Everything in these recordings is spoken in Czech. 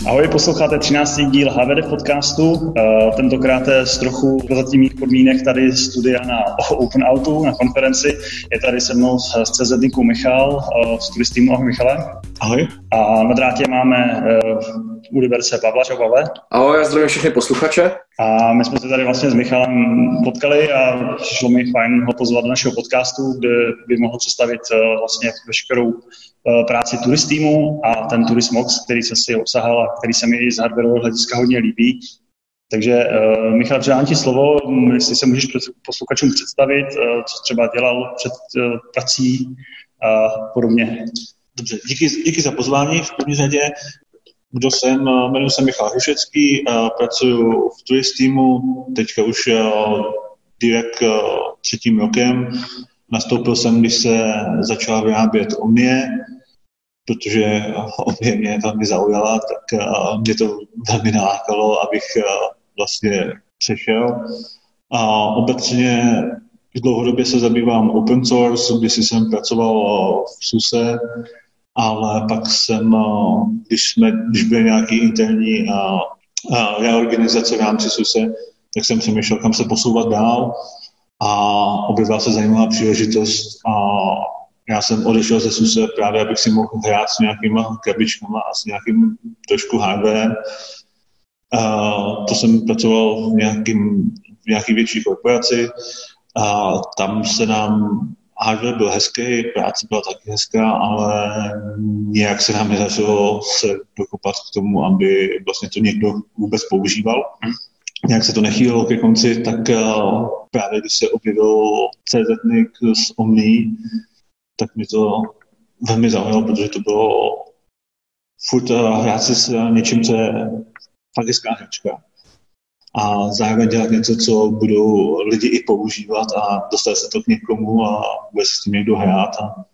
Ahoj, posloucháte 13. díl HVD podcastu, tentokrát z trochu prozatímních podmínek tady studia na Open Outu, na konferenci. Je tady se mnou z CZníku Michal, z Turistýmu. Ahoj Michale. Ahoj. A na drátě máme u Liberce Pavla. Čau Pavle. Ahoj, já zdravím všechny posluchače. A my jsme se tady vlastně s Michalem potkali a přišlo mi fajn ho pozvat do našeho podcastu, kde by mohl představit vlastně veškerou práci Turistýmu a ten Turismox, který jsem si obsahal a který se mi z hardwareového hlediska hodně líbí. Takže Michal, předám ti slovo, jestli se můžeš posluchačům představit, co třeba dělal před prací a podobně. Dobře, díky za pozvání. V první řadě, kdo jsem, jmenuji se Michal Hrušecký, pracuji v Turistýmu, teďka už direkt 3. rokem. Nastoupil jsem, když se začala vyrábět Omnie, protože Omnie mě velmi zaujala, tak mě to velmi nalákalo, abych vlastně přešel. A obecně dlouhodobě se zabývám open source, když jsem pracoval v SUSE, ale pak jsem, když byly nějaký interní reorganizace v rámci SUSE, tak jsem přemýšlel, kam se posouvat dál a objevila se zajímavá příležitost a já jsem odešel ze SUSE právě, abych si mohl hrát s nějakýma krabičkama a s nějakým trošku hardwarem. To jsem pracoval v nějaký větší korporaci a tam se nám hardware byl hezký, práce byla taky hezká, ale nějak se nám nedařilo se dokopat k tomu, aby vlastně to někdo vůbec používal. Nějak se to nechýlilo ke konci, tak právě když se objevil CZník s Omnií, tak mi to velmi zaujalo, protože to bylo furt hrát si s něčím, co je fakt hezká hračka. A zároveň dělat něco, co budou lidi i používat a dostat se to k někomu a bude se s tím někdo hrát.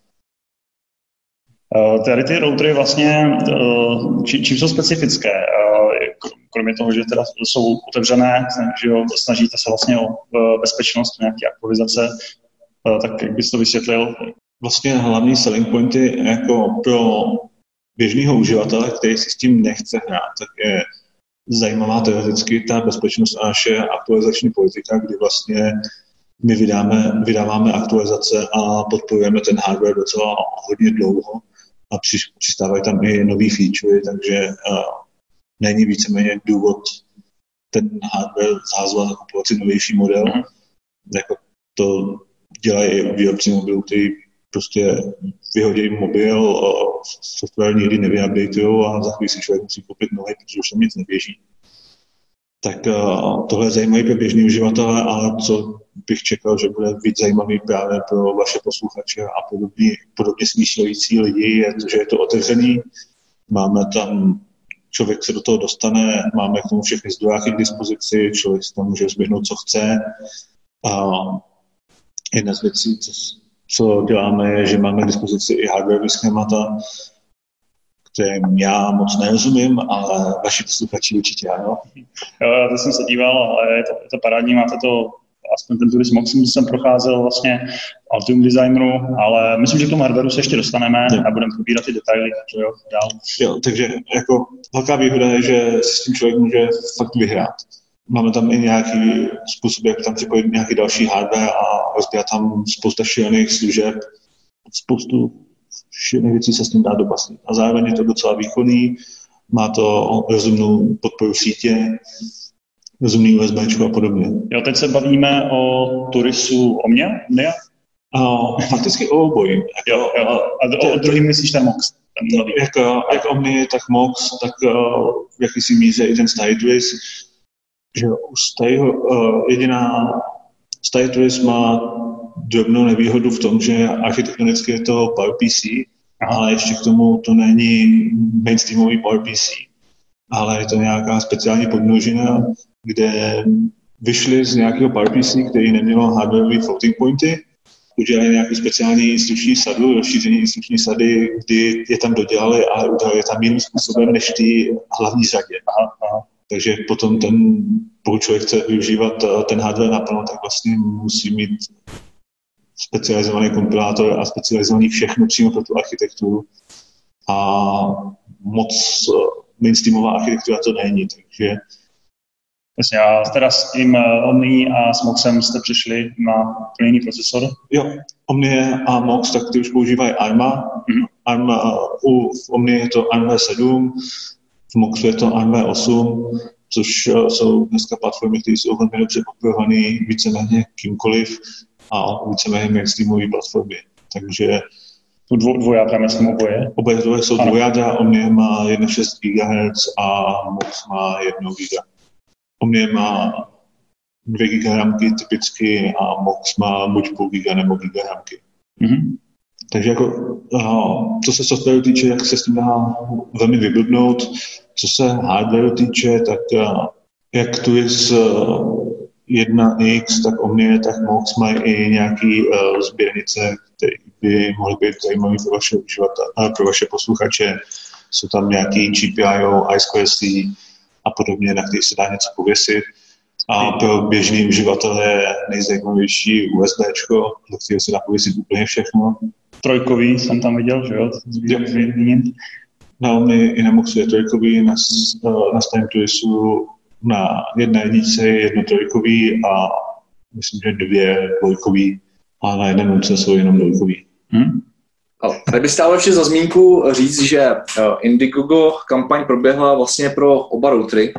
Tady ty routery vlastně, čím jsou specifické? Kromě toho, že teda jsou otevřené, že jo, snažíte se vlastně o bezpečnost, nějaké aktualizace, tak jak bys to vysvětlil? Vlastně hlavní selling pointy jako pro běžného uživatele, který si s tím nechce hrát, tak je zajímavá teoreticky ta bezpečnost a naše aktualizační politika, kdy vlastně my vydáváme aktualizace a podporujeme ten hardware docela hodně dlouho a přistávají tam i nový featurey, takže není víceméně důvod ten hardware zhazovat a kupovat si novější model. Jako to dělají i výrobci mobilů, který prostě vyhodí mobil, software nikdy nevyupdatujou a za chvíli si člověk musí koupit nový, protože už tam nic neběží. Tak tohle je zajímavé pro běžný uživatele, ale co bych čekal, že bude víc zajímavý právě pro vaše posluchače a podobně smýšlející lidi, je to, že je to otevřený. Máme tam, člověk se do toho dostane, máme k tomu všechny zdrojáky k dispozici, člověk si tam může zběhnout, co chce. A jedna z věcí, co děláme, je, že máme k dispozici i hardwareové schémata, kterým já moc nerozumím, ale vaši posluchači určitě ano. Jo, to jsem se díval, ale je to parádní, máte to, aspoň ten Turismox jsem procházel vlastně Altium Designeru, ale myslím, že k tomu hardwareu se ještě dostaneme a budeme probírat ty detaily, že jo, dál. Jo, takže jako velká výhoda je, že si s tím člověk může fakt vyhrát. Máme tam i nějaký způsob, jak tam připojit nějaký další hardware a rozbírat tam spousta šílených služeb, spoustu šílených věcí se s tím dá dobasnit. A zároveň je to docela výkonný, má to rozumnou podporu sítě, rozumný USB a podobně. Jo, teď se bavíme o Turisu Omnia? Fakticky o obojí. Jo. A o druhým myslíš ten Mox? Jak Omni, tak Mox, tak v jakýsi míře i ten StyleTuris. Že jediná StyleTuris má drobnou nevýhodu v tom, že architektonicky je to PowerPC, ale ještě k tomu to není mainstreamový PowerPC, ale je to nějaká speciální podmnožina, kde vyšli z nějakého PowerPC, který nemělo hardwareové floating pointy, udělali nějakou speciální instrukční sadu, rozšíření instrukční sady, kdy je tam dodělali, ale udělali je tam jiným způsobem než ty hlavní řadě. Takže potom pokud člověk chce využívat ten hardware naplno, tak vlastně musí mít specializovaný kompilátor a specializovaný všechno přímo pro tu architekturu. A moc mainstreamová architektura to není, takže... Jasně, a teda s tím Omni a s Moxem jste přišli na jiný procesor? Jo, Omni a Mox, tak ty už používají ARMA. V Omni je to ARM v7, v Moxu je to ARM v8, což jsou dneska platformy, které jsou velmi dobře podporované víceméně kýmkoliv a víceméně mainstreamové platformy. Takže dvojádra, myslím, oboje. Oboje jsou dvojádra, Omni má 1,6 GHz a Mox má 1 GB. Omni má 2 GB ramky typicky a Mox má buď půl giga nebo giga ramky. Mm-hmm. Takže jako, co se softwaru týče, jak se s tím dá velmi vyblbnout, co se hardwareu týče, tak jak tu je z 1X, tak Omni, tak Mox mají i nějaký sběrnice, které by mohly být zajímavé pro vaše uživatele, pro vaše posluchače. Jsou tam nějaký GPIO, I2C a podobně, na který se dá něco pověsit. A pro běžný uživatele je nejzajímavější USBčko, do kterého se dá pověsit úplně všechno. Trojkový jsem tam viděl, že jo? Na Omni i na Moxu je trojkový, na Stein Turisu na 1.1 je 1 trojkový a myslím, že 2 dvojkový a na 1.0 jsou jenom dvojkový. Tady by stálo ještě za zmínku říct, že Indiegogo kampaň proběhla vlastně pro oba routery.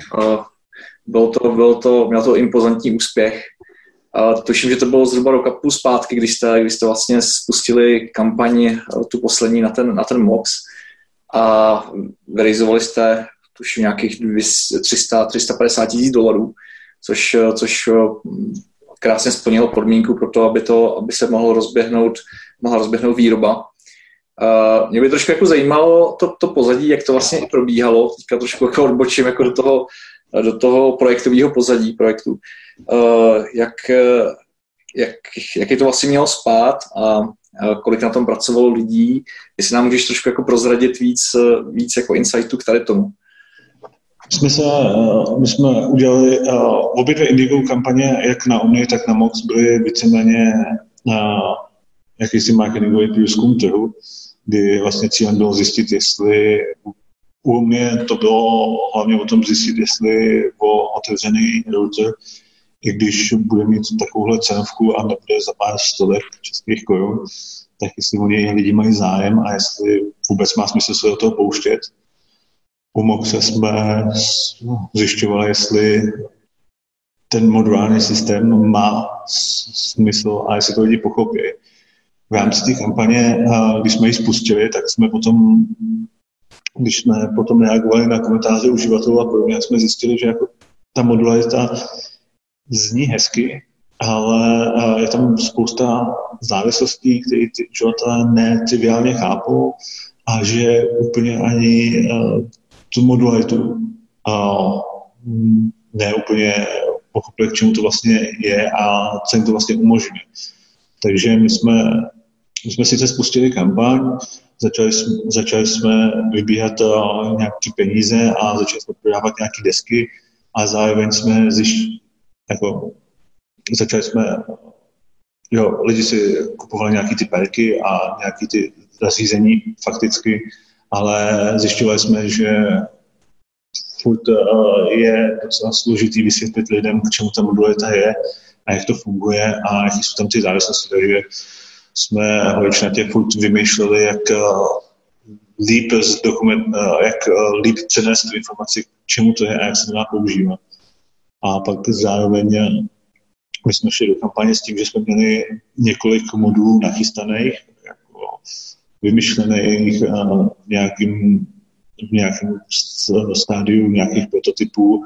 Mělo to impozantní úspěch. Tuším, že to bylo zhruba rok a půl zpátky, když jste vlastně spustili kampaň tu poslední na ten Mox a vyrealizovali jste tuším nějakých 350 tisíc $, což krásně splnilo podmínku pro to, aby se mohla rozběhnout výroba. Mě by trošku jako zajímalo to pozadí, jak to vlastně probíhalo. Teďka trošku jako odbočím jako do toho projektového pozadí projektu. Jak je to vlastně mělo spát a kolik na tom pracovalo lidí, jestli nám můžeš trošku jako prozradit víc jako insightů k tady tomu. My jsme udělali obě dvě Indiegogo kampaně, jak na Omni, tak na Mox, byly víceméně jakýsi marketingový průzkum trhu, kdy vlastně cílem bylo zjistit, jestli u mě to bylo hlavně o tom zjistit, jestli o otevřený router, i když bude mít takovouhle cenovku a nebude za pár stovek českých korun, tak jestli o něj lidi mají zájem a jestli vůbec má smysl se do toho pouštět. U Moxe jsme zjišťovali, jestli ten modulární systém má smysl a jestli to lidi pochopí. V rámci té kampaně, když jsme ji spustili, tak jsme potom, když jsme potom reagovali na komentáře uživatelů a podobně, jsme zjistili, že jako ta modularita zní hezky, ale je tam spousta závislostí, které ty uživatelé netriviálně chápou a že úplně ani tu modularitu ne úplně pochopili, k čemu to vlastně je a co jim to vlastně umožňuje. Takže my jsme sice spustili kampaň, začali jsme vybíhat nějaké peníze a začali jsme prodávat nějaké desky a zároveň jsme lidi si kupovali nějaké ty perky a nějaké ty zařízení fakticky, ale zjišťovali jsme, že furt je docela složitý vysvětlit lidem, k čemu ta modularita je a jak to funguje a jaké jsou tam ty závislosti. Takže jsme holičnatě furt vymýšleli, jak líp přenést tu informaci, k čemu to je a jak se to dá používat. A pak zároveň my jsme šli do kampaně s tím, že jsme měli několik modulů nachystaných, jako vymyšlených v nějakém stádiu nějakých prototypů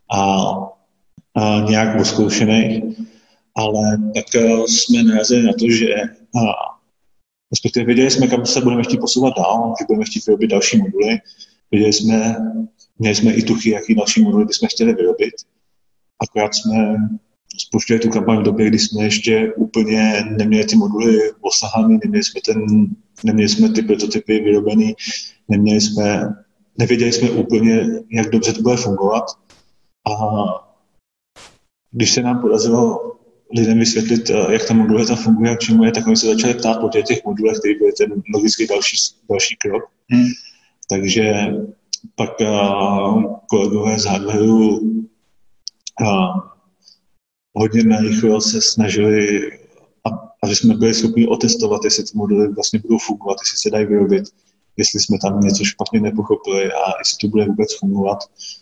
a nějak odzkoušených. Ale tak jsme narazili na to, že respektive věděli jsme, kam se budeme chtít posouvat dál, že budeme chtít vyrobit další moduly. Měli jsme i tuchy, jaký další moduly bychom chtěli vyrobit. Akorát jsme spouštěli tu kampaň v době, kdy jsme ještě úplně neměli ty moduly osahaný, neměli jsme ty prototypy vyrobený, nevěděli jsme úplně, jak dobře to bude fungovat. A když se nám podařilo lidem vysvětlit, jak ta modulita funguje a k čemu je, tak oni se začali ptát po těch modulech, který byl ten logický další krok. Takže pak kolegové z hardwareu hodně narychlo se snažili, aby jsme byli schopni otestovat, jestli ty modely vlastně budou fungovat, jestli se dají vyrobit, jestli jsme tam něco špatně nepochopili a jestli to bude vůbec fungovat.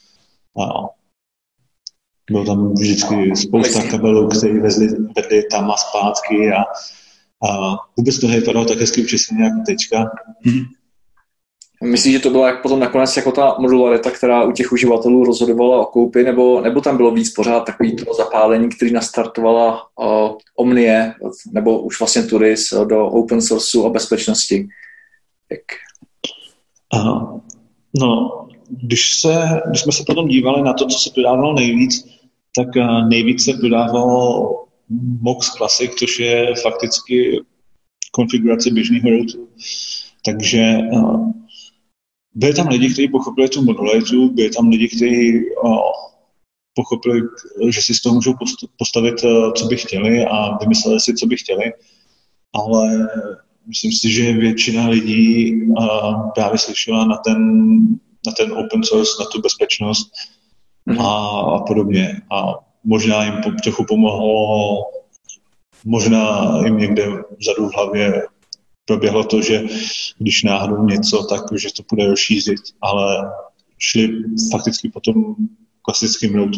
Bylo tam vždycky spousta kabelů, které vedli tam a zpátky a vůbec to nevypadalo tak hezky učesně jako teďka. Myslíš, že to byla potom nakonec jako ta modularita, která u těch uživatelů rozhodovala o koupi, nebo tam bylo víc pořád takový to zapálení, který nastartovala Omnie, nebo už vlastně Turis do open sourceu a bezpečnosti? Když jsme se potom dívali na to, co se prodávalo nejvíc, tak nejvíc se prodávalo Mox Classic, což je fakticky konfigurace běžného routu. Takže byli tam lidi, kteří pochopili tu modularitu, byli tam lidi, kteří pochopili, že si z toho můžou postavit, co by chtěli a vymysleli si, co by chtěli. Ale myslím si, že většina lidí právě slyšela na ten open source, na tu bezpečnost a podobně. A možná jim trochu pomohlo, možná jim někde vzadu v hlavě proběhlo to, že když náhodou něco, tak že to bude rozšířit, ale šli fakticky po tom klasickým routu.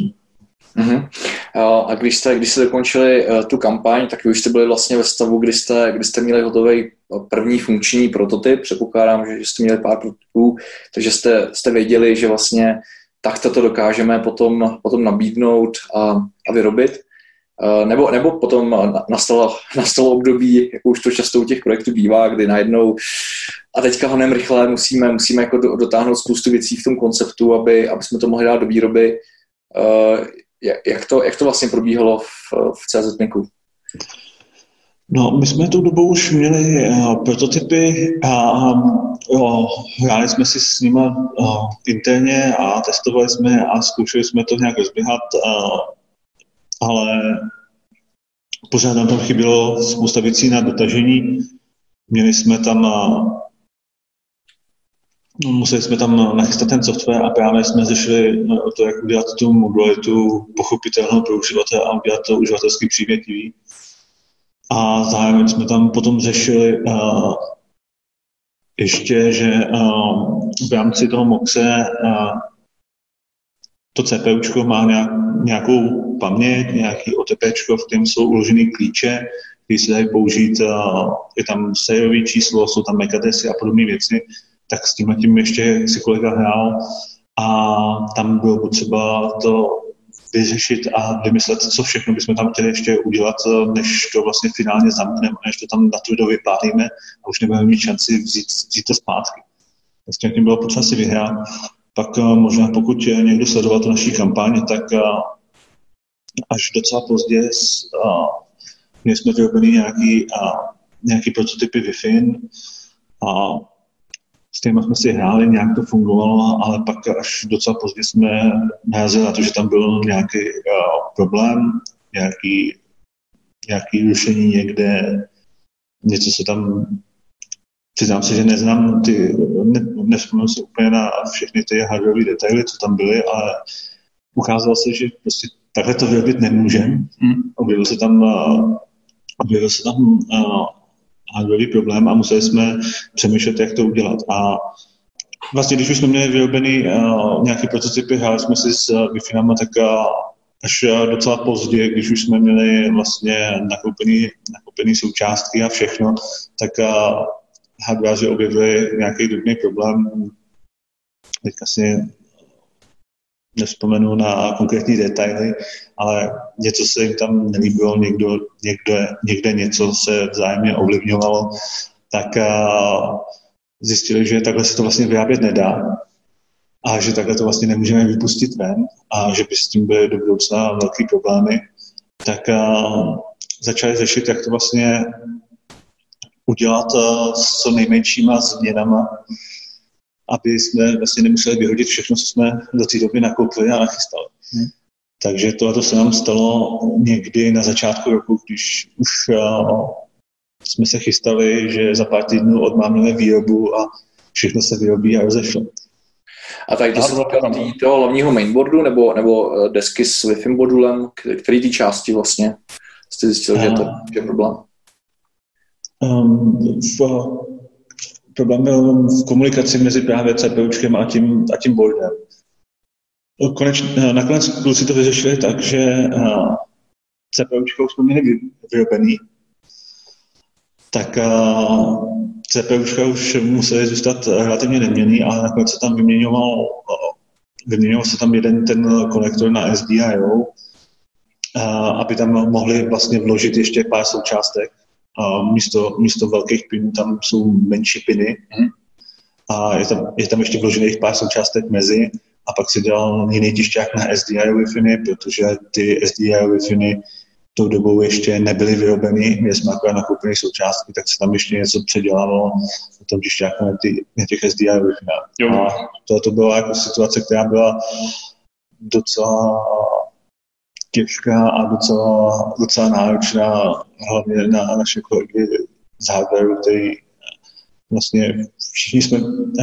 A když jste dokončili tu kampaň, tak vy už jste byli vlastně ve stavu, kdy jste měli hotový první funkční prototyp. Předpokládám, že jste měli pár prototypů, takže jste věděli, že vlastně takto to dokážeme potom nabídnout a vyrobit. Nebo potom nastalo období, jako už to často u těch projektů bývá, kdy najednou a teďka honem rychle musíme jako dotáhnout spoustu věcí v tom konceptu, aby jsme to mohli dát do výroby. Jak to vlastně probíhalo v CZ-Miku? No, my jsme tou dobou už měli prototypy a hráli jsme si s nimi interně a testovali jsme a zkoušeli jsme to nějak rozběhat, ale pořád nám tam chybělo spousta věcí na dotažení. Měli jsme tam museli jsme tam nachystat ten software a právě jsme řešili to, jak udělat tu modularitu pochopitelnou pro uživatele a udělat to uživatelsky přívětivý. A zároveň jsme tam potom řešili ještě, že v rámci toho Moxe to CPUčko má nějakou paměť, nějaký OTPčko, v kterém jsou uloženy klíče, které se dají použít, je tam sériové číslo, jsou tam MAC-adresy a podobné věci. Tak s tím ještě si kolega hrál a tam bylo potřeba to vyřešit a vymyslet, co všechno bychom tam chtěli ještě udělat, než to vlastně finálně zamkneme, než to tam natvrdo vypálíme a už nebudeme mít šanci vzít to zpátky. Tak s tím bylo potřeba si vyhrát. Pak možná pokud někdo sledoval tu naší kampaň, tak až docela pozdě měli jsme vyrobený nějaký prototypy Wi-Fi a s těma jsme si hráli, nějak to fungovalo, ale pak až docela pozdě jsme narazili na to, že tam byl nějaký problém, nějaký rušení někde, něco se tam, přiznám se, že neznám nevzpomínám se úplně na všechny ty hardwareové detaily, co tam byly, ale ukázalo se, že prostě takhle to vyrobit nemůžeme. Objevil se tam hardwareový problém a museli jsme přemýšlet, jak to udělat. A vlastně, když už jsme měli vyrobený nějaké prototypy, hráli jsme si s Wi-Fi, tak až docela pozdě, když už jsme měli vlastně nakoupený součástky a všechno, tak hardwaři objevili nějaký drobný problém. Teďka si nevzpomenu na konkrétní detaily, ale něco se jim tam nelíbilo, někde něco se vzájemně ovlivňovalo, tak zjistili, že takhle se to vlastně vyrábět nedá a že takhle to vlastně nemůžeme vypustit ven a že by s tím byly do budoucna velký problémy, tak začali řešit, jak to vlastně udělat s co nejmenšíma změnama, aby jsme vlastně nemuseli vyhodit všechno, co jsme do té doby nakoupili a nachystali. Takže tohle se nám stalo někdy na začátku roku, když už jsme se chystali, že za pár týdnů odmámíme výrobu a všechno se vyrobí a rozešlo. A tady to se týká toho hlavního mainboardu nebo desky s Wi-Fi modulem, který ty části vlastně jste zjistil, že to je problém? Problém byl v komunikaci mezi právě CPUčkem a tím boardem. Nakonec kluci to vyřešili tak, že CPUčko už jsme měli vyrobený, tak CPUčka už museli zůstat relativně neměnný, ale nakonec se tam vyměňoval se tam jeden ten konektor na SDIO, aby tam mohli vlastně vložit ještě pár součástek. Místo velkých pinů tam jsou menší piny a je tam ještě vložených pár součástek mezi a pak se dělal jiný tišťák na SDIO Wi-Fi, protože ty SDIO Wi-Fi tou dobou ještě nebyly vyrobeny, my jsme akorát nakoupili součástky, tak se tam ještě něco předělalo na tom tišťáku na těch SDIO Wi-Fi. A to byla jako situace, která byla docela těžká a docela náročná, hlavně na naše kolegy z hardwareu, který vlastně všichni jsme,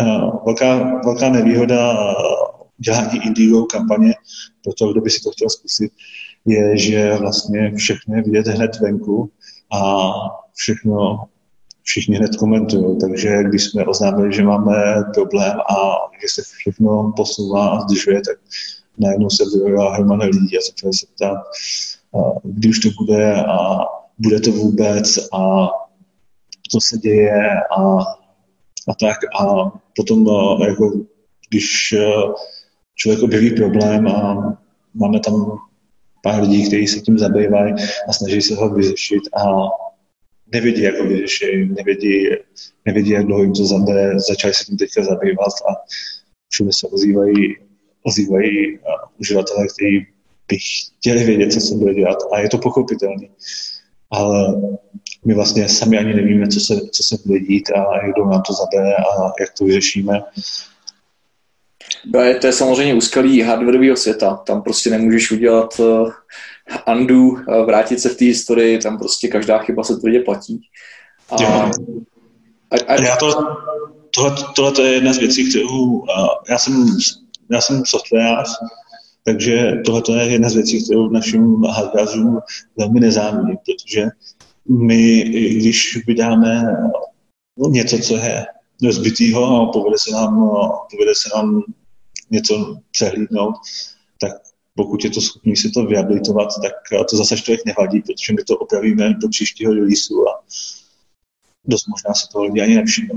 velká nevýhoda dělání indie kampaně, pro to, kdo by si to chtěl zkusit, je, že vlastně všechno je vidět hned venku a všichni hned komentují. Takže když jsme oznámili, že máme problém a že se všechno posouvá a zdržuje, tak najednou se vyvolila hromada lidí a začali se ptát, kdy už to bude a bude to vůbec a co se děje a tak. A potom, jako, když člověk objeví problém a máme tam pár lidí, kteří se tím zabývají a snaží se ho vyřešit a nevědí, jak ho vyřeší, nevědí, jak dlouho jim to zabere, začali se tím teďka zabývat a všude se ozývají uživatelé, kteří by chtěli vědět, co se bude dělat a je to pochopitelné. Ale my vlastně sami ani nevíme, co se bude dít a jak dlouho nám to zabere a jak to vyřešíme. To je samozřejmě úskalí hardwareového světa. Tam prostě nemůžeš udělat undo, vrátit se v té historii, tam prostě každá chyba se tvrdě platí. Tohle je jedna z věcí, kterou já jsem softwarář, takže tohle je jedna z věcí, kterou našim hardwareům velmi nezávidí, protože my, když vydáme něco, co je rozbitýho a povede se nám něco přehlídnout, tak pokud je to schopný si to vyhabilitovat, tak to zase člověk nevadí, protože my to opravíme do příštího releaseu a dost možná se toho lidi ani nevšimnou.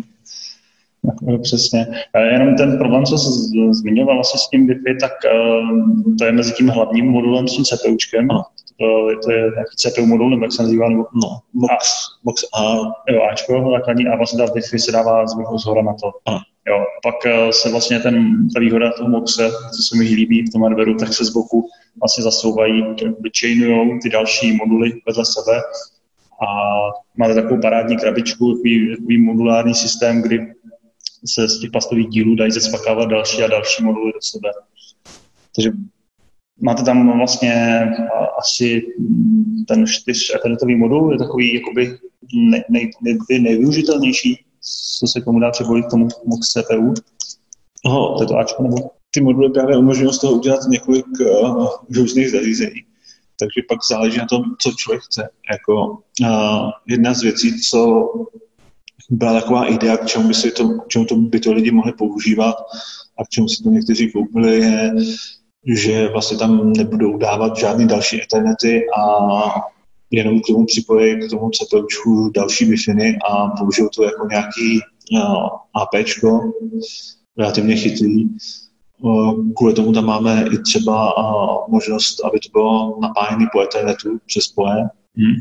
Přesně. Jenom ten problém, co jsi zmiňoval vlastně s tím Wi-Fi, tak to je mezi tím hlavním modulem s tím CPUčkem. To je nějaký CPU modul, nebo jak se nazývá? MOX A. Jo, Ačko, základní, a vlastně ta Wi-Fi se dává zhora na to. Jo, a pak se vlastně ta výhoda toho MOXe, co se mi líbí v tom hardwareu, tak se z boku vlastně zasouvají, chainujou ty další moduly vedle sebe a máte takovou parádní krabičku, takový modulární systém, kdy se z těch plastových dílů dají zespakávat další a další moduly do sebe. Takže máte tam vlastně asi ten 4-ethernetový modul, je takový jakoby nejvyužitelnější, co se komu dá připojit k tomu MOX CPU. To je to Ačko, nebo? Ty moduly právě umožňují z toho udělat několik různých zařízení. Takže pak záleží na tom, co člověk chce. Jako, jedna z věcí, co byla taková idea, k čemu by to lidi mohli používat a k čemu si to někteří koupili, je, že vlastně tam nebudou dávat žádný další ethernety a jenom k tomu připojí k tomu CPUčku další Wi-Fi a použijou to jako nějaký APčko, relativně chytrý. Kvůli tomu tam máme i třeba možnost, aby to bylo napájené po ethernetu přes PoE.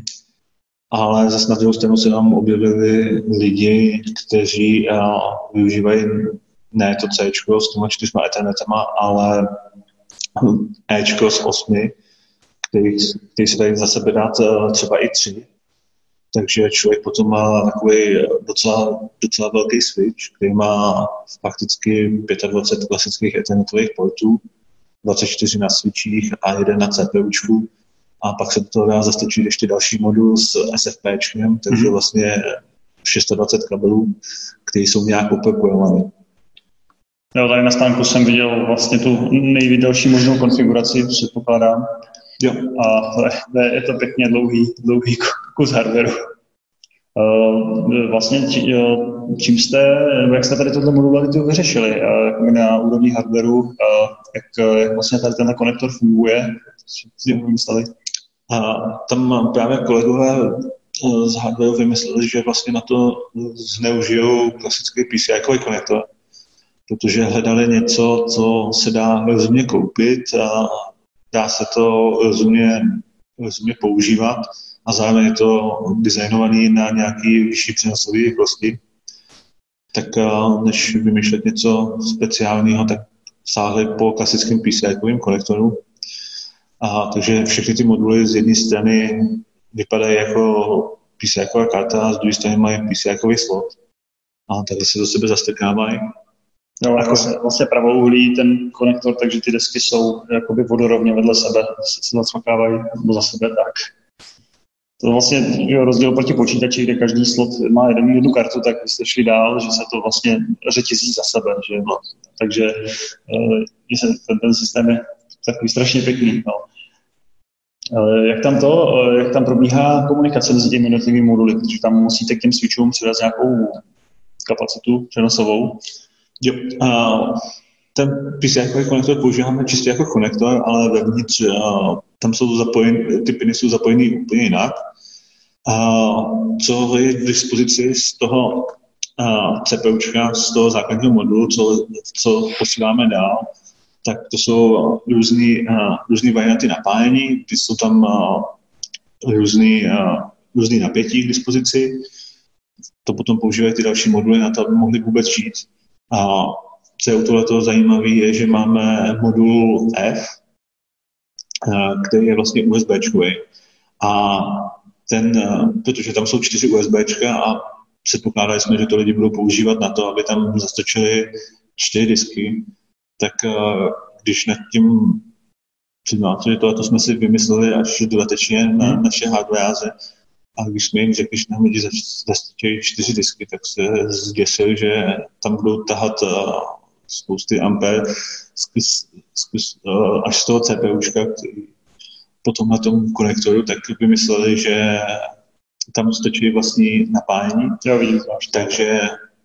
Ale zase na druhou stranu se nám objevili lidi, kteří využívají ne to Cčko s těma 4 ethernetama, ale Ečko s 8, který se dají za sebe dát třeba i 3. Takže člověk potom má takový docela velký switch, který má fakticky 25 klasických ethernetových portů, 24 na switchích a 1 na CPUčku. A pak se do toho dá zastrčit ještě další modul s SFPčkem, takže vlastně 620 kabelů, které jsou nějak propojované. Jo, tady na stánku jsem viděl vlastně tu nejdelší možnou konfiguraci, předpokládám. Jo. A je to pěkně dlouhý kus hardwareu. Vlastně čím jak jste tady tohle modularitu vyřešili na úrovni hardwareu, jak vlastně tady tenhle konektor funguje, co vymysleli? A tam právě kolegové z hardwareu vymysleli, že vlastně na to zneužijou klasický PCI konektor, protože hledali něco, co se dá rozumně koupit a dá se to rozumně používat a zároveň je to designovaný na nějaký vyšší přenosové rychlosti. Tak než vymýšlet něco speciálního, tak sáhli po klasickém PCI konektoru. Takže všechny ty moduly z jedné strany vypadají jako PCI karta a z druhé strany mají PCI slot. A takhle se do sebe zastrkávají. No, jako vlastně pravouhlý ten konektor, takže ty desky jsou jakoby vodorovně vedle sebe, se zacmakávají nebo za sebe tak. To vlastně je rozdíl proti počítači, kde každý slot má jednu kartu, tak jste šli dál, že se to vlastně řetězí za sebe. Že? No. Takže ten systém je takový strašně pěkný. No. Jak tam probíhá komunikace mezi těmi jednotlivými moduly, protože tam musíte k těm switchům přidat nějakou kapacitu přenosovou. Jo, ten PCI konektor používáme čistě jako konektor, ale vevnitř tam jsou ty piny jsou zapojeny úplně jinak. Co je k dispozici z toho CPUčka, z toho základního modulu, co posíláme dál, tak to jsou různý varianty napájení, ty jsou tam různý napětí k dispozici. To potom používají ty další moduly na to, aby mohli vůbec žít. A co je u tohoto zajímavé, je, že máme modul F, který je vlastně USBčkový. A protože tam jsou 4 USBčka a předpokládali jsme, že to lidi budou používat na to, aby tam zastrčili 4 disky, tak když nad tím přiznám, že tohle jsme si vymysleli až dodatečně na naše hardwareáře, a když jsme jim řekli, že nám lidi zastrčí 4 disky, tak se zděsili, že tam budou tahat spousty ampér až z toho CPUčka, který potom na tom konektoru, tak vymysleli, že tam stačí vlastní napájení. Takže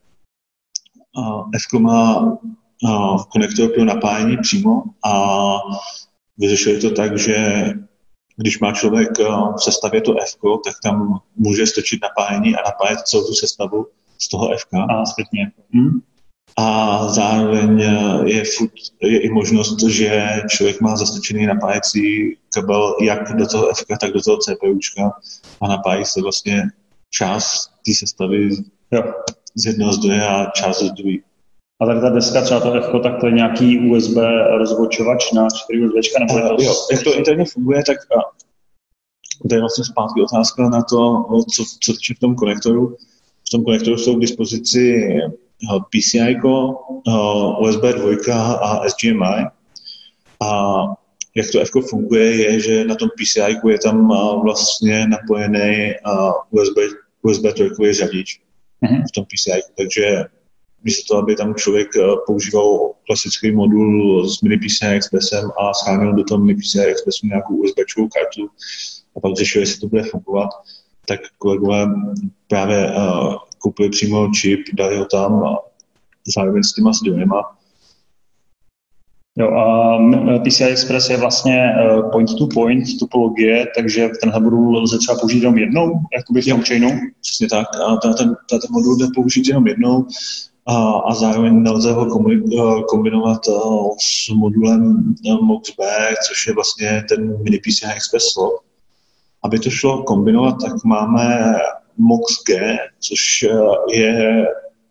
F má konektor pro napájení přímo a vyřešili to tak, že když má člověk v sestavě to F, tak tam může stočit napájení a napájet celou tu sestavu z toho F. A zpětně. A zároveň je i možnost, že člověk má zastrčený napájecí kabel jak do toho F, tak do toho CPUčka a napájí se vlastně část té sestavy z jednoho zdroje a část z druhé. A tady ta deska, třeba to F, tak to je nějaký USB rozvočovač na 4 USBčka? Nebo jo, jak to interně funguje, tak to je vlastně zpátky otázka na to, co teče v tom konektoru. V tom konektoru jsou k dispozici PCI, USB 2 a SGMI. A jak to F funguje, je, že na tom PCI je tam vlastně napojený USB 3 řadič v tom PCI. Takže místo toho, aby tam člověk používal klasický modul s mini PCI Expressem a scháněl do toho mini PCI Expressu nějakou USBčkovou kartu a pak řešil, jestli to bude fungovat, tak kolegové právě koupili přímo čip, dali ho tam a zároveň s těma zdrojema. Jo, a PCI Express je vlastně point-to-point topologie, takže tenhle modul lze třeba použít jenom jednou, jakoby v tom chainu? Přesně tak. A ten modul jde použít jenom jednou a zároveň nelze ho kombinovat s modulem MOX-B, což je vlastně ten mini PCI Express slot. Aby to šlo kombinovat, tak máme MOX-G, což je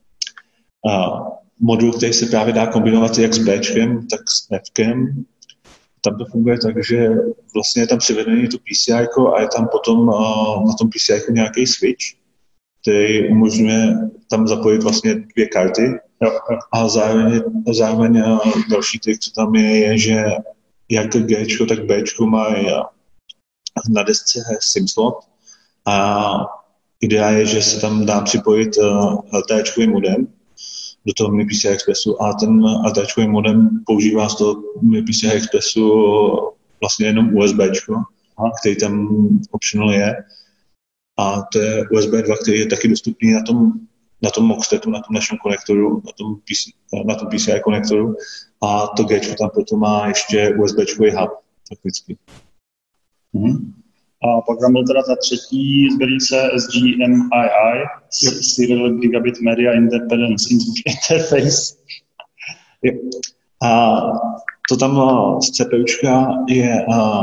modul, který se právě dá kombinovat jak s Bčkem, tak s Fkem. Tam to funguje tak, že vlastně je tam přivedený to PCI a je tam potom na tom PCI nějaký switch, který umožňuje tam zapojit vlastně 2 karty. A zároveň další trik, co tam je, že jak Gčko, tak Bčko mají na desce SIM slot a idea je, že se tam dá připojit LTEčkový modem do toho mini PCI Expressu a ten ATčkový modem používá z toho mini PCI Expressu vlastně jenom USBčko, který tam optional je. A to je USB 2, který je taky dostupný na tom Moxtetu, na tom našem konektoru, na tom PCI konektoru. A to Gčko tam potom má ještě USBčkový hub fakticky. A pak tam byl teda ta třetí sběrnice SGMII, Serial Gigabit Media Independence Interface. A to tam z CPUčka je,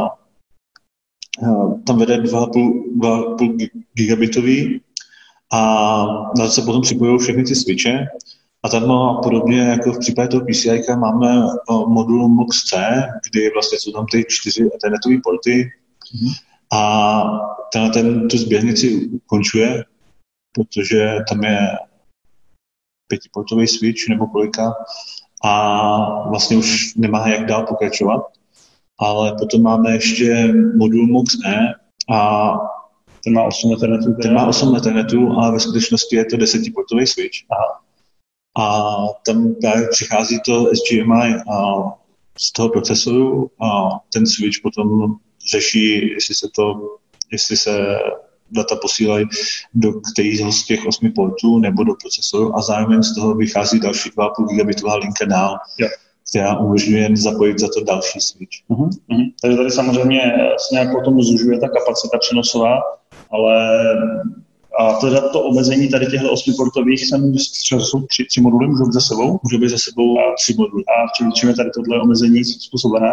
tam vede 2,5 gigabitový a na to se potom připojují všechny ty switche. A tam podobně jako v případě toho PCI máme modul MUX-C, kdy vlastně jsou tam ty 4 ethernetové porty. A tu sběrnici ukončuje, protože tam je 5portový switch nebo kolika a vlastně už nemá jak dál pokračovat. Ale potom máme ještě modul MUX-E a ten má 8 ethernetů. Ten má 8 ethernetů, ale ve skutečnosti je to 10portový switch. A tam právě přichází to SGMI z toho procesoru a ten switch potom řeší, jestli se data posílají do kterého z těch 8 portů nebo do procesoru a zároveň z toho vychází další 2,5 gigabitová linka dál, která umožňuje zapojit za to další switch. Takže tady samozřejmě se nějak potom zužuje ta kapacita přenosová, ale a teda to omezení tady těchto 8 portových jsou 3 moduly, můžou být za sebou? Můžou být za sebou 3 moduly. A čím je tady tohle omezení způsobené?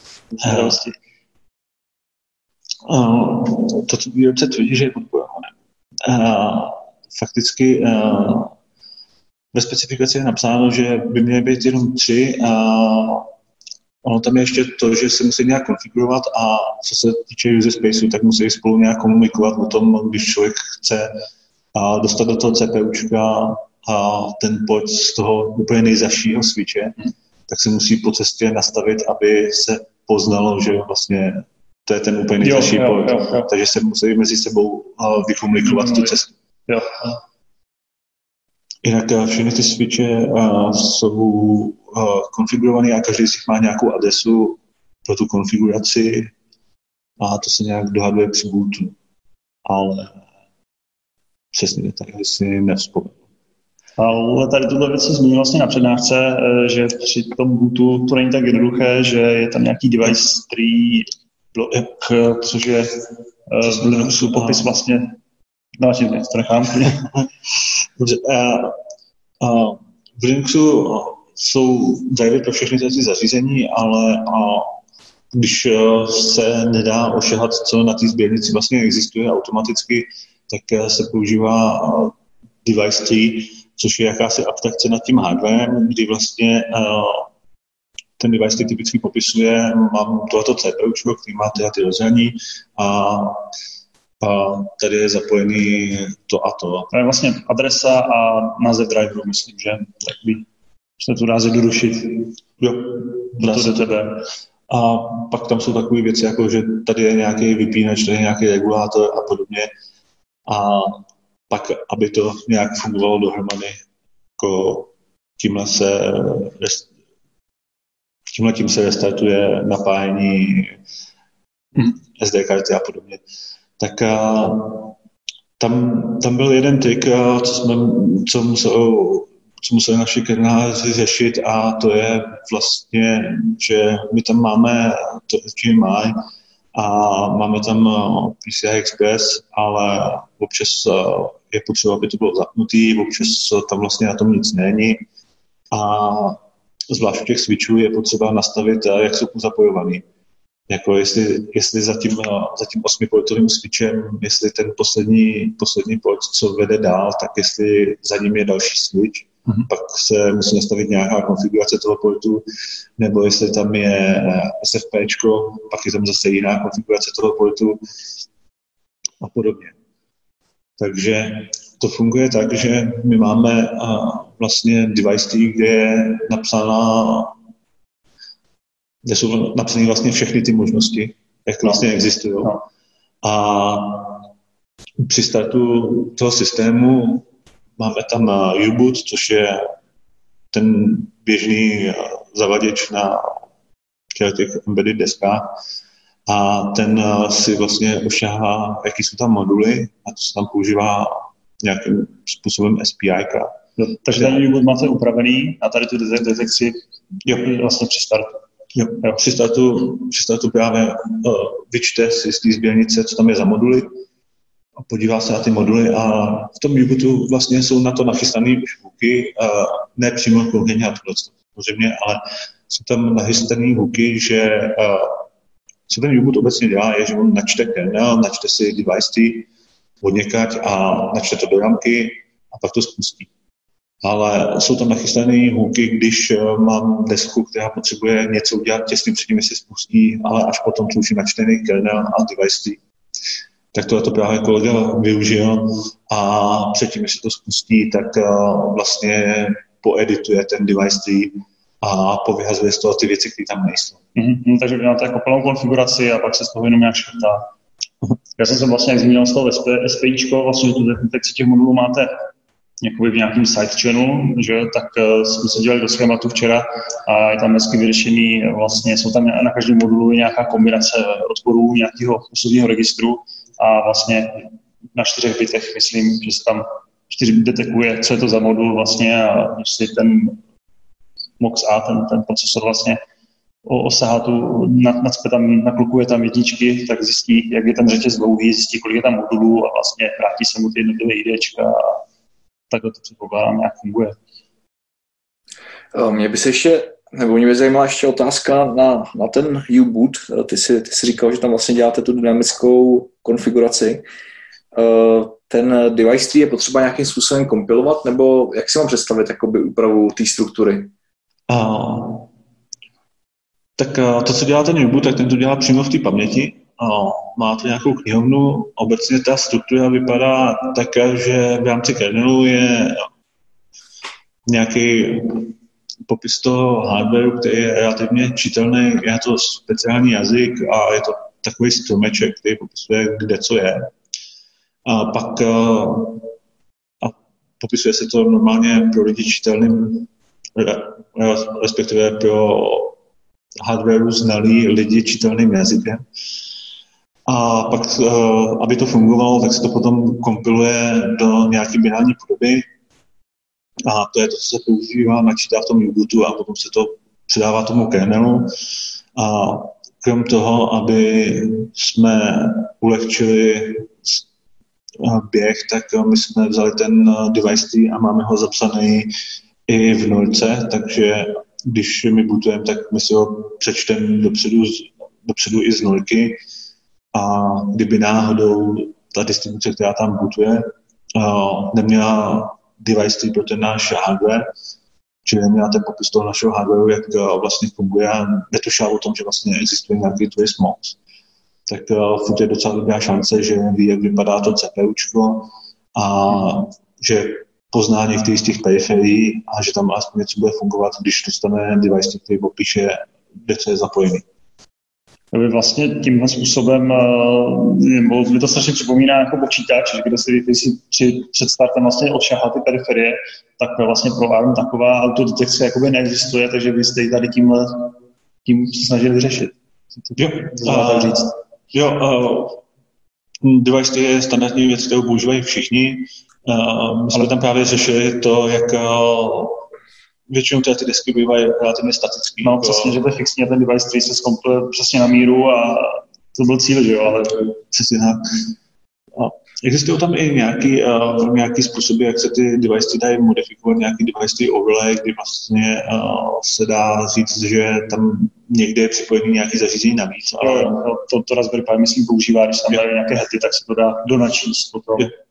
To, co výrobce tvrdí, že je podporované. Fakticky ve specifikaci je napsáno, že by měly být jenom 3 a ono tam je ještě to, že se musí nějak konfigurovat a co se týče user spaceu, tak musí spolu nějak komunikovat o tom, když člověk chce dostat do toho CPUčka ten port z toho úplně nejzašího switche, tak se musí po cestě nastavit, aby se poznalo, že vlastně to je ten úplně nejzaší port. Takže se musí mezi sebou vykomunikovat tu cestu. Jinak všechny ty switche jsou konfigurované a každý z nich má nějakou adresu pro tu konfiguraci a to se nějak dohaduje při bootu. Ale přesně detaily si nevzpomenu. Ale tady tuhle věc se zmínil vlastně na přednášce, že při tom bootu to není tak jednoduché, že je tam nějaký device tree block, což je v Linuxu popis vlastně. No, to nechám. V Linuxu jsou drivery pro všechny ty zařízení, ale když se nedá ošahat, co na té sběrnici vlastně existuje automaticky, tak se používá device tree, což je jakási abstrakce nad tím hardwarem, kdy vlastně ten device tree typicky popisuje, mám tohoto CPUčko, který má ty rozhraní a tady je zapojený to a to. To je vlastně adresa a název driveru, myslím, že tak by se to dá zjednodušit. Jo, do toho DTB. A pak tam jsou takové věci, jako že tady je nějaký vypínač, tady je nějaký regulátor a podobně. A pak, aby to nějak fungovalo dohromady, jako tímhletím se restartuje napájení SD karty a podobně. Tak tam byl jeden trik, co museli naši kernáři řešit a to je vlastně, že my tam máme to SGMI a máme tam PCI Express, ale občas je potřeba, aby to bylo zapnutý, občas tam vlastně na tom nic není a zvlášť u těch switchů je potřeba nastavit, jak jsou zapojovaný. Jako jestli za tím 8portovým switchem, jestli ten poslední port, co vede dál, tak jestli za ním je další switch, pak se musí nastavit nějaká konfigurace toho portu, nebo jestli tam je SFPčko, pak je tam zase jiná konfigurace toho portu a podobně. Takže to funguje tak, že my máme vlastně device tree, kde jsou napsané vlastně všechny ty možnosti, jak vlastně existují. No. A při startu toho systému máme tam U-boot, což je ten běžný zavaděč na těch embedded deskách a ten si vlastně ošahá, jaký jsou tam moduly a to se tam používá nějakým způsobem SPI. Takže ten U-boot máte upravený a tady tu detekci vlastně při startu. Jo. Při startu právě vyčte si z té sběrnice, co tam je za moduly a podívá se na ty moduly a v tom U-bootu vlastně jsou na to nachystané už hooky, ne přímo klounění a tohle samozřejmě, ale jsou tam nachystané hooky, že co ten U-boot obecně dělá, je, že on načte kernel, načte si device tree odněkať a načte to do ramky a pak to spustí. Ale jsou tam nachystané hooky, když mám desku, která potřebuje něco udělat těsně předtím, jestli spustí, ale až potom, co už je načtený kernel a device tree. Tak to právě kolega využil a předtím, než se to spustí, tak vlastně poedituje ten device tree a povyhazuje z toho ty věci, které tam nejsou. Takže vy máte jako plnou konfiguraci a pak se z toho jenom nějak škrtá. Já jsem se vlastně, jak zmínil z toho SPIčko, vlastně tu detekci těch modulů máte v nějakým side channelu, že tak jsme se dělali do schématu včera a je tam hezky vyřešený, vlastně jsou tam na každém modulu nějaká kombinace odporů nějakého osobního registru a vlastně na 4 bitech, myslím, že se tam 4 detekuje, co je to za modul vlastně a když si ten MOX A, ten procesor vlastně osahá nacpe tam, naklukuje tam jedničky, tak zjistí, jak je ten řetěz dlouhý, zjistí, kolik je tam modulů a vlastně vrátí se mu ty jednotlivé IDčka a takhle to předpokládám, jak funguje. Mě by zajímala ještě otázka na ten U-boot. Ty jsi říkal, že tam vlastně děláte tu dynamickou konfiguraci. Ten device tree je potřeba nějakým způsobem kompilovat, nebo jak si mám představit jakoby úpravu té struktury? Tak to, co dělá ten U-boot, tak ten to dělá přímo v té paměti. Má to nějakou knihovnu. Obecně ta struktura vypadá tak, že v rámci kernelu je nějaký popis toho hardwareu, který je relativně čitelný. Je to speciální jazyk a je to takový stromeček, který popisuje, kde co je. A pak popisuje se to normálně pro lidi čitelným, respektive pro hardwareu znalý lidi čitelným jazykem. A pak, aby to fungovalo, tak se to potom kompiluje do nějaké binární podoby. A to je to, co se používá, načítá v tom U-bootu a potom se to předává tomu kernelu. A krom toho, aby jsme ulehčili běh, tak my jsme vzali ten device tree a máme ho zapsaný i v nulce, takže když my bootujeme, tak my si ho přečteme dopředu i z nulky. A kdyby náhodou ta distribuce, která tam bootuje, neměla device tree pro ten náš hardware, čili neměla ten popis toho našeho hardwareu, jak vlastně funguje a netušila o tom, že vlastně existuje nějaký Twist MOX, tak furt je docela dobrá šance, že ví, jak vypadá to CPUčko a že pozná některý z těch periferií a že tam aspoň něco bude fungovat, když dostane device, který popíše, kde co je zapojený. Vy vlastně tímhle způsobem, mi to strašně připomíná jako počítač, že když si před startem vlastně odšahá ty periferie, tak vlastně pro ARM taková autodetekce jakoby neexistuje, takže vy jste ji tady tím se snažili vyřešit. Device je standardní věc, kterou používají všichni. My jsme tam právě řešili to, jak většinou ty desky bývají relativně statický. No, přesně, že to je fixní a ten device tree se zkompiluje přesně na míru a to byl cíl, že jo, ale přesně tak. Existují tam i nějaký způsoby, jak se ty device tree dají modifikovat, nějaký device tree overlay, kdy vlastně se dá říct, že tam někde je připojený nějaký zařízení navíc. Ale to Raspberry Pi, myslím, používá, když tam dají nějaké hety, tak se to dá donačíst potom.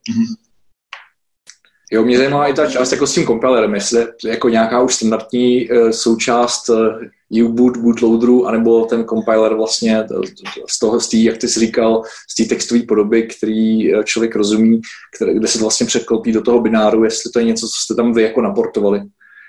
Jo, mě zajímá i ta část jako s tím kompilerem, jestli je jako nějaká už standardní součást U-boot, bootloaderu, anebo ten compiler vlastně z té, jak ty jsi říkal, z té textové podoby, který člověk rozumí, kde se vlastně překlopí do toho bináru, jestli to je něco, co jste tam vy jako naportovali.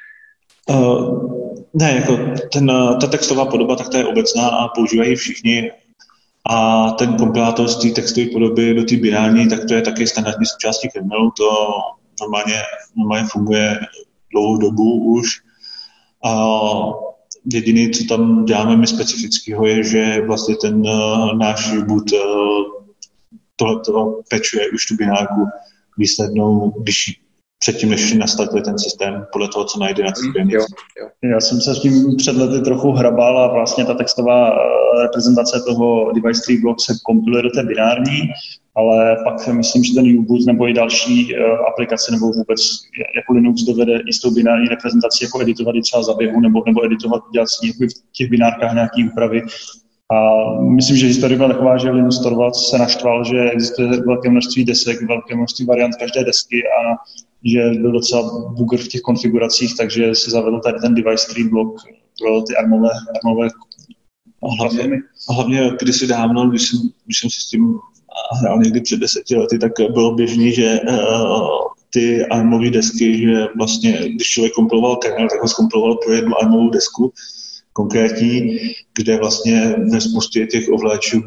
Ne, jako ta textová podoba, tak ta je obecná a používají všichni. A ten kompilátor z té textové podoby do té binární, tak to je taky standardní součástí kernelu, to normálně funguje dlouhou dobu už A jediné, co tam děláme my specifického, je, že vlastně ten náš reboot tohleto pečuje už tu binárku výslednou, když předtím, než nastartuje ten systém, podle toho, co najde na těch Já jsem se s tím před lety trochu hrabal a vlastně ta textová reprezentace toho device tree block se kompiluje do té binární, ale pak myslím, že ten U-boot nebo i další aplikace nebo vůbec jako Linux dovede i s tou binární reprezentací jako editovat i třeba za běhu nebo editovat, dělat s ní v těch binárkách nějaké úpravy. A myslím, že historie byla taková, že Linus Torvalds se naštval, že existuje velké množství desek, velké množství variant každé desky a že byl docela bugger v těch konfiguracích, takže si zavedl tady ten device tree block pro ty armové platformy. Hlavně kdysi dávno, když jsem si s tím hrál někdy před 10 lety, tak bylo běžný, že ty armové desky, že vlastně, když člověk kompiloval kernel, tak ho zkompiloval pro jednu armovou desku konkrétní, kde vlastně ve spoustě těch ovladačů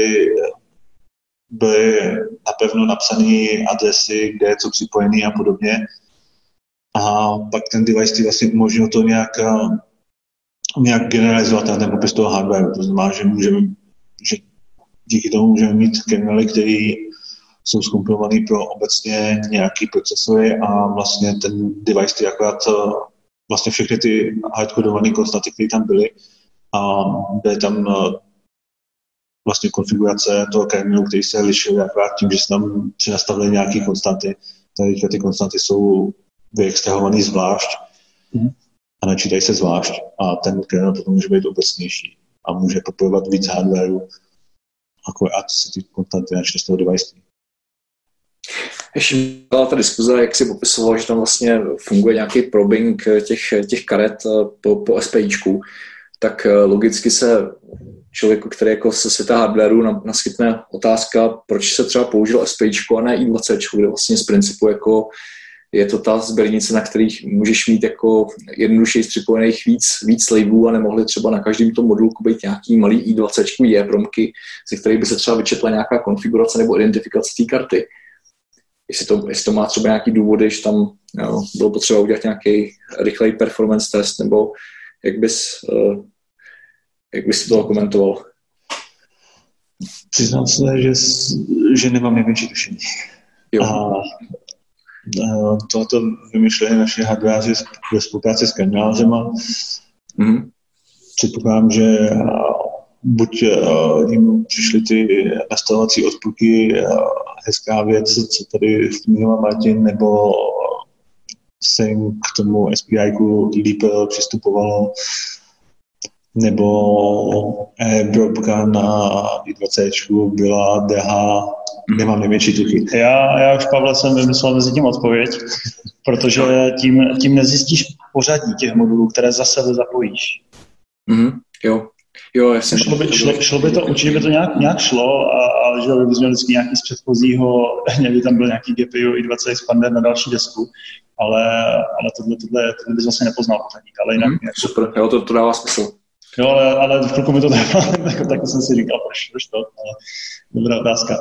byly napevno napsané adresy, kde je co připojené a podobně. A pak ten device vlastně umožnil to nějak generalizovat ten popis toho hardwareu. To znamená, že díky tomu můžeme mít kernely, které jsou zkompilované pro obecně nějaký procesory a vlastně ten device ty akorát vlastně všechny ty hardcodované konstanty, které tam byly a byly tam vlastně konfigurace toho kernelu, který se lišily akorát tím, že se tam přinastavily nějaké konstanty. Tady ty konstanty jsou vyextrahované zvlášť a načítají se zvlášť a ten kernel potom může být obecnější a může propojovat víc hardwareu, akorát si ty konstanty načne z toho device. Ještě byla ta diskuze, jak si popisoval, že tam vlastně funguje nějaký probing těch karet po SPIčku, tak logicky se člověku, který jako se světa hardwareu naskytne otázka, proč se třeba použil SPIčko a ne i20, kde vlastně z principu jako je to ta sběrnice, na kterých můžeš mít jako jednodušeji připojených víc slaveů a nemohli třeba na každém tom modulku být nějaký malý i20 JEPROMky, ze kterých by se třeba vyčetla nějaká konfigurace nebo identifikace té karty. Jestli to má třeba nějaký důvody, že tam bylo potřeba udělat nějaký rychlej performance test, nebo jak bys to komentoval? Přiznám se, že nemám nejmenší tušení. Tohoto vymýšleli naši hardwareři ve spolupráci s kernářema. Předpokládám, že buď jim přišly ty nastavovací odpůrky, hezká věc, co tady zmínila Martin, nebo se jim k tomu SPI-ku líp přistupovalo, nebo brobka na i20 byla DH, nemám největší tuchy. Já už, Pavle, jsem vymyslel mezi tím odpověď, protože tím nezjistíš pořadí těch modulů, které za sebe zapojíš. Jo, jasně. Šlo by to, určitě by to nějak šlo, ale že by měl vždycky nějaký z předchozího, někdy tam byl nějaký GPU i20 expander na další desku, ale tohle by zase nepoznal pořadí, ale jinak. Super, jo, to dává smysl. Jo, ale v chvilku mi to dává, tak jsem si říkal, proč to, ale dobrá otázka.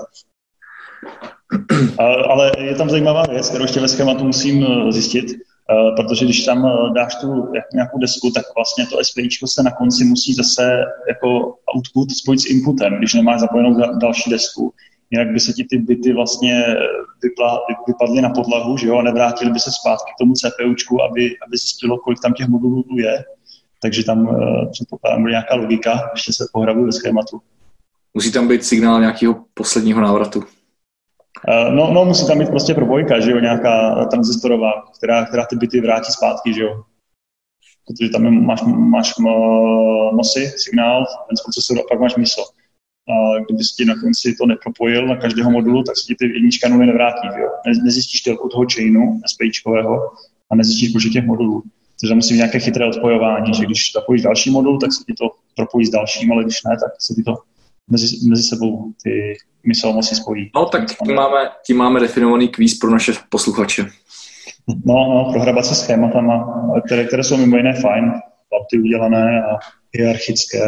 Ale je tam zajímavá věc, kterou ještě ve schématu musím zjistit, protože když tam dáš tu nějakou desku, tak vlastně to SPIčko se na konci musí zase jako output spojit s inputem, když nemáš zapojenou další desku. Jinak by se ti ty bity vlastně vypadly na podlahu, že jo, a nevrátily by se zpátky k tomu CPUčku, aby zjistilo, kolik tam těch modulů je. Takže tam předpokládám, bude nějaká logika, ještě se pohrabuju ve schématu. Musí tam být signál nějakého posledního návratu. No, musí tam být prostě propojka, že jo, nějaká transistorová, která ty bity vrátí zpátky, že jo. Protože tam máš MOSI, signál, ten z procesoru, a pak máš MISO. A kdyby si ti na konci to nepropojil na každého modulu, tak se ti ty jednička nuly nevrátí, že jo. Nezjistíš délku toho chainu SPIčkového a nezjistíš počet těch modulů. Takže musí být nějaké chytré odpojování, že když zapojíš další modul, tak se ti to propojí s dalším, ale když ne, tak se ti to mezi sebou ty MISO spojí. No, tak tím máme definovaný kvíz pro naše posluchače. No, pro hrabací schématama, které jsou mimo jiné fajn, lapty udělané a hierarchické.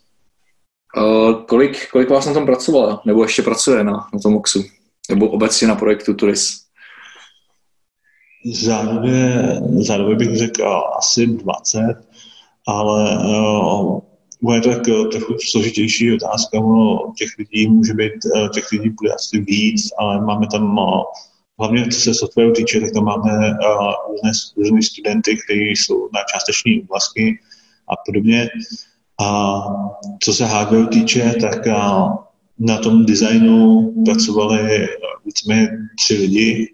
Kolik vás na tom pracovalo? Nebo ještě pracuje na tom Moxu? Nebo obecně na projektu Turis? Řádově bych řekl asi 20, ale bude to tak trochu složitější otázka. Těch lidí může být, těch lidí bude asi víc, ale máme tam hlavně co se softwaru týče, tak tam máme různé studenty, kteří jsou na částeční úvazky a podobně. A co se hardwareu týče, tak na tom designu pracovali víceméně 3 lidi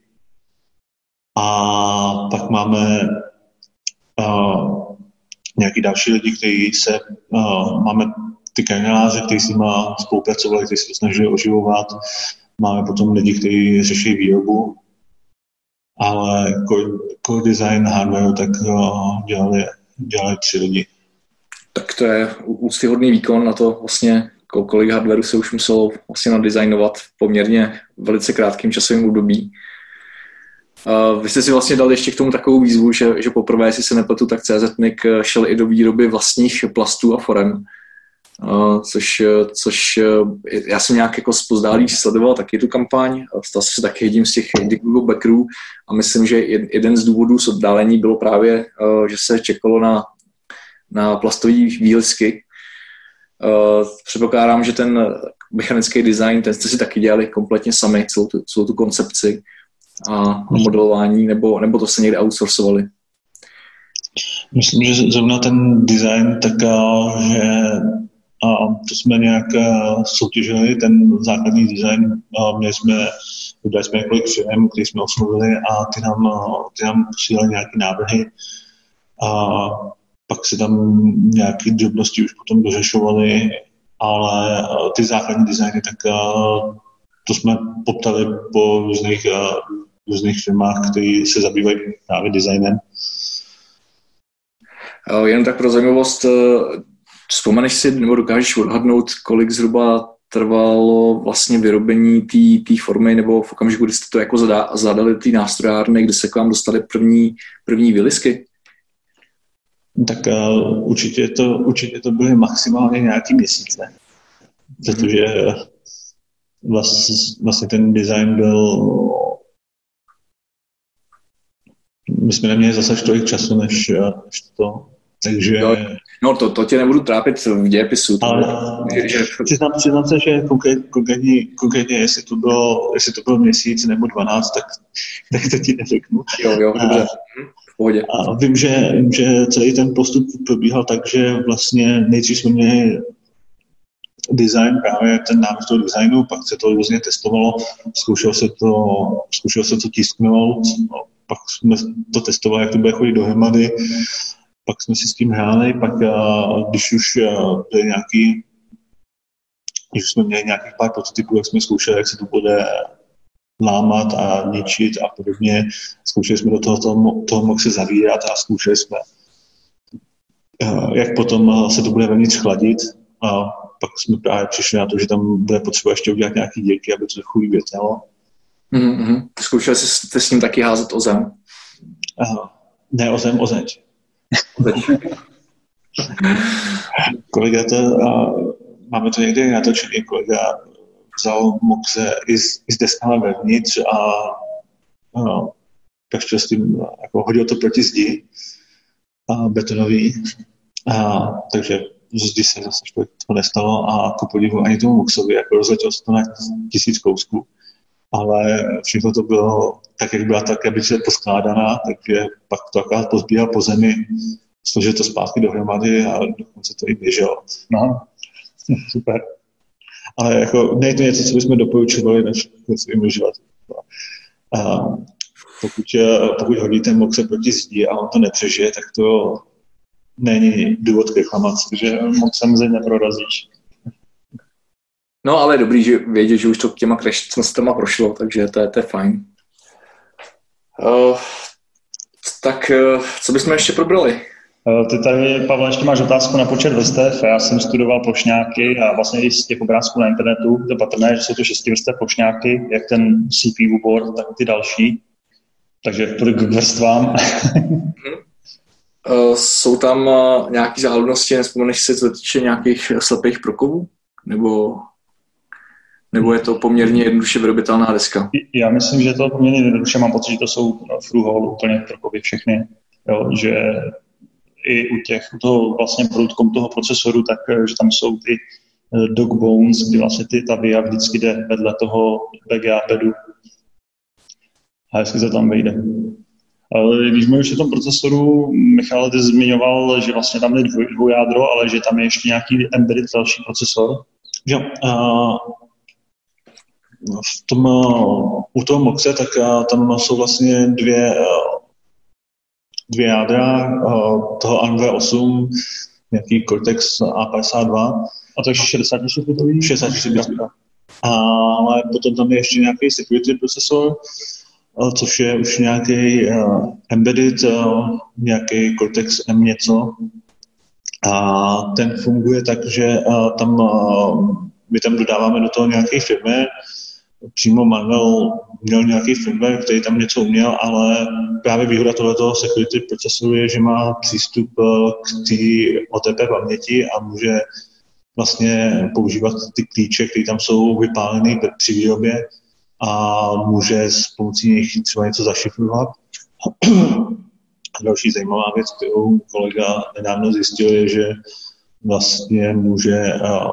a pak máme nějaký další lidi, kteří máme ty karneláře, kteří s nimi spolupracovali, kteří se to snažili oživovat. Máme potom lidi, kteří řeší výrobu, ale core design hardware tak dělali 3 lidi. Tak to je úctyhodný výkon na to vlastně, kolik hardwareu se už muselo vlastně nadizajnovat v poměrně velice krátkém časovém období. Vy jste si vlastně dali ještě k tomu takovou výzvu, že poprvé, jestli se nepletu, tak CZMIC šel i do výroby vlastních plastů a forem, což já jsem nějak jako zpozdálí sledoval taky tu kampaň, stal se taky jedním z těch Google backerů a myslím, že jeden z důvodů z oddálení bylo právě, že se čekalo na plastové výlisky. Předpokládám, že ten mechanický design, ten jste si taky dělali kompletně sami, celou tu koncepci a modelování, nebo to se někde outsourcovali? Myslím, že zrovna ten design že to jsme nějak soutěžili, ten základní design. Udělali jsme několik firm, který jsme oslovili a ty nám posílali nějaké návrhy. A pak se tam nějaké drobnosti už potom dořešovaly, ale ty základní designy, tak to jsme poptali po různých firmách, které se zabývají právě designem. Jen tak pro zajímavost, vzpomeneš si, nebo dokážeš odhadnout, kolik zhruba trvalo vlastně vyrobení té formy, nebo v okamžiku, kdy jste to jako zadali ty nástrojárny, kdy se k vám dostali první výlisky? Tak určitě to byly maximálně nějaký měsíce, protože vlastně ten design byl... My jsme neměli zase tolik času, než to, takže... No to tě nebudu trápit v dějepisu. Přiznám se, že konkrétně jestli to bylo měsíc nebo 12, tak to ti neřeknu. Jo, dobře. V pohodě. A vím, že celý ten postup probíhal tak, že vlastně nejdřív jsme měli design, právě ten návrh toho designu, pak se to různě testovalo, zkoušelo se to tisknout, pak jsme to testovali, jak to bude chodit dohromady, pak jsme si s tím hráli, pak když už jsme měli nějakých pár prototypů, jak jsme zkoušeli, jak se to bude lámat a ničit a podobně. Zkoušeli jsme do toho mohl se zavírat a zkoušeli jsme, jak potom se to bude vevnitř chladit. A pak jsme právě přišli na to, že tam bude potřeba ještě udělat nějaké dílky, aby to trochu vyvětnalo. Mm-hmm. Zkoušeli jste s ním taky házet o zem? Ne, o zeď. Kolega máme to někde natočený, kolega vzal mokse i s deskama vevnitř a kaštěl s tím, jako hodil to proti zdi betonový. Takže z zdi se zase to nestalo a ku podivu ani tomu moksovi, jako rozletěl se to na 1000 kousků. Ale všechno to bylo tak, jak byla ta krabice poskládaná, takže pak to akorát pozbíhal po zemi, složil to zpátky dohromady a dokonce to i běželo. No, super. Ale jako není to něco, co bychom doporučovali, než svým uživatelům. Pokud hodíte mokse proti zdi a on to nepřežije, tak to není důvod k reklamaci, že moksem zeď neprorazíš. No ale je dobrý, že vědět, že už to těma crash testama prošlo, takže to je fajn. Tak co bychom ještě probrali? Ty tady, Pavle, ještě máš otázku na počet vrstev. Já jsem studoval plošňáky a vlastně i z těch obrázků na internetu to patrné, že jsou to 6 vrstev plošňáky, jak ten CPU board, tak ty další. Takže tolik k vrstvám. Jsou tam nějaké záludnosti, nevzpomeneš si, co týče nějakých slepých prokovů? Nebo Nebo je to poměrně jednoduše vyrobitelná deska? Já myslím, že to poměrně jednoduše. Mám pocit, že to jsou through-hole úplně krokově všechny. Jo, že i u toho vlastně průdkom toho procesoru, tak že tam jsou ty dog bones, kdy vlastně ta VIA vždycky jde vedle toho VGA padu. A hezky se tam vejde. Ale když mluvíš o tom procesoru, Michal, ty zmiňoval, že vlastně tam je dvoujádro, ale že tam je ještě nějaký embedded další procesor. Jo, u toho Moxe, tak tam jsou vlastně dvě jádra toho ARM-V8, nějaký Cortex A52. A to je 64-bitový? 64-bitový. Ale potom tam je ještě nějaký security procesor, což je už nějaký embedded, nějaký Cortex M něco. A ten funguje tak, že my tam dodáváme do toho nějaký firmware. Přímo Manuel měl nějaký firmware, který tam něco uměl, ale právě výhoda tohoto security procesoru je, že má přístup k té OTP paměti a může vlastně používat ty klíče, které tam jsou vypálené při výrobě a může s pomocí nich třeba něco zašifrovat. Další zajímavá věc, kterou kolega nedávno zjistil, je, že vlastně může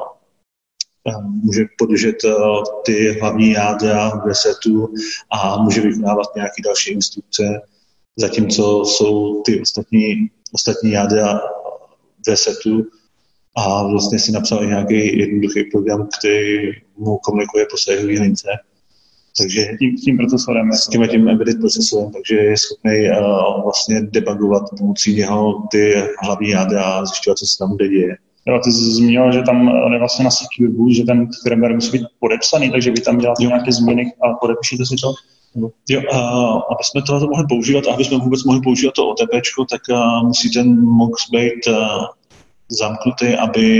podržet ty hlavní jádra v resetu a může vykonávat nějaké další instrukce, zatímco jsou ty ostatní jádra v resetu a vlastně si napsal i nějaký jednoduchý program, který mu komunikuje po své lince. Takže tím procesorem. S tím embedded procesorem, takže je schopný vlastně debugovat pomocí něho ty hlavní jádra a zjišťovat, co se tam bude děje. Jo, ty jsi zmínil, že tam je vlastně na Secure Boot, že ten firmware musí být podepsaný, takže vy tam děláte nějaké změny a podepíšete si to? Jo, aby jsme to mohli používat a aby jsme vůbec mohli používat to OTPčko, tak musí ten MOX být zamknutý,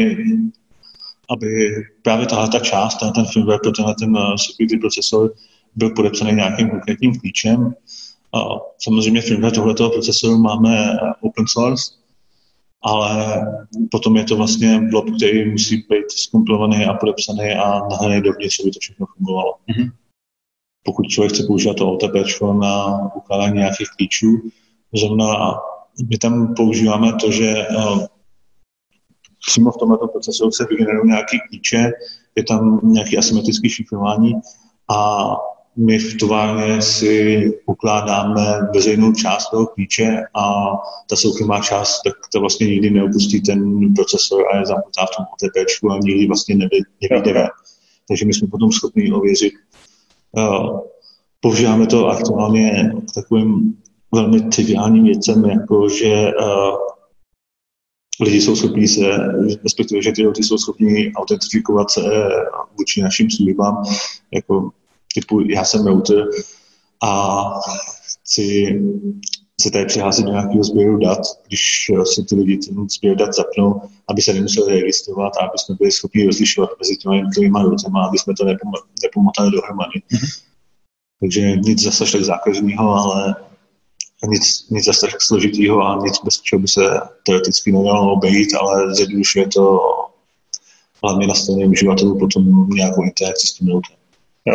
aby právě ta část, ten firmware pro ten security procesor byl podepsaný nějakým konkrétním klíčem. Samozřejmě firmware tohoto procesoru máme open source, ale potom je to vlastně blok, který musí být zkompilovaný a podepsaný a nahraný dovnitř, aby to všechno fungovalo. Mm-hmm. Pokud člověk chce používat to OTPčko na ukládání nějakých klíčů, zrovna my tam používáme to, že přímo v tomto procesoru se vygenerují nějaké klíče, je tam nějaké asymetrické šifrování a my v továrně si ukládáme veřejnou část toho klíče a ta soukromá část, tak to vlastně nikdy neopustí ten procesor a je zamknutá v tom OTPčku a nikdy vlastně nevyjde. Takže my jsme potom schopni ověřit. Používáme to aktuálně k takovým velmi triviálním věcem, jako že lidi jsou schopní respektive, že ty lidi jsou schopni autentifikovat se vůči našim službám, jako typu já jsem router a chci se tady přihlásit do nějakého sběru dat, když si ty lidi ten sběr dat zapnou, aby se nemuseli registrovat a aby jsme byli schopni rozlišovat mezi těmi jednotlivými routama, aby jsme to nepomotali dohromady. Mm-hmm. Takže nic zase tak zákažného, ale nic zase tak složitýho a nic, bez čeho by se teoreticky nedalo obejít, ale zjednodušuje to hlavně nastavením uživatelů potom nějakou interakci s tím routem. Jo,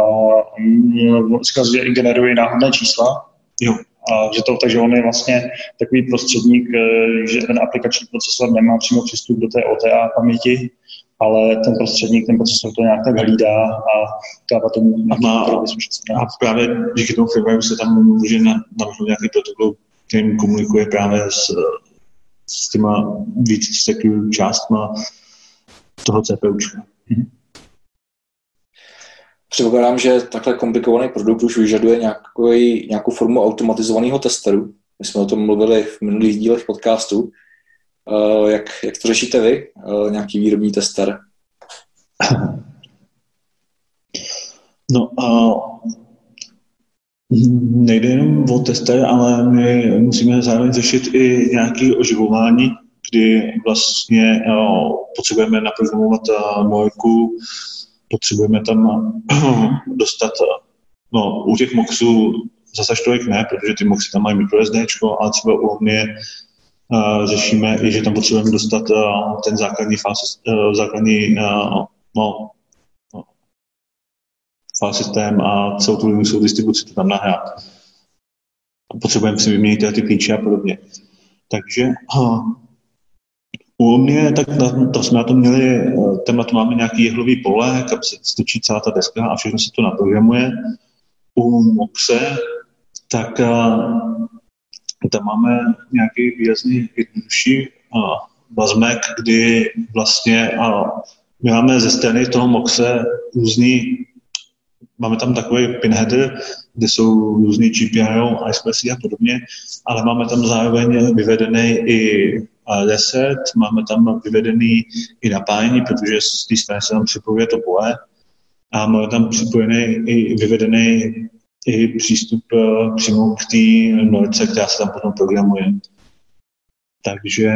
a říkal, že i generuje náhodné čísla. Jo. Takže on je vlastně takový prostředník, že ten aplikační procesor nemá přímo přístup do té OTA paměti, ale ten prostředník, ten procesor to nějak tak hlídá a dává tomu a právě díky tomu firmwareu se tam může navrhnout nějaký protokol, který komunikuje právě s těma víc secure částma toho CPUčka. Mm-hmm. Předpokládám, že takhle komplikovaný produkt už vyžaduje nějakou formu automatizovaného testeru. My jsme o tom mluvili v minulých dílech podcastu. Jak to řešíte vy? Nějaký výrobní tester? No, nejde jenom o tester, ale my musíme zároveň řešit i nějaké oživování, kdy vlastně potřebujeme naprogramovat nojku, potřebujeme tam dostat, u těch Moxů zase tolik ne, protože ty Moxy tam mají microSDčko, ale třeba u mě řešíme i, že tam potřebujeme dostat ten základní file systém a celou tu Linuxovou distribuci to tam nahrát. Potřebujeme si vyměnit ty klíče a podobně. Takže u mě, tak to jsme na to měli, tam máme nějaký jehlový pole, kam se stočí celá ta deska a všechno se to naprogramuje. U Moxe, tak tam máme nějaký výrazný jednodušší vazmek, kdy vlastně my máme ze strany toho Moxe máme tam takový pinheader, kde jsou různý GPIO, I2C a podobně, ale máme tam zároveň vyvedený i reset, máme tam vyvedený i napájení, protože z té strany se tam připojuje to pole a máme tam připojený i vyvedený i přístup přímo k té norce, která se tam potom programuje. Takže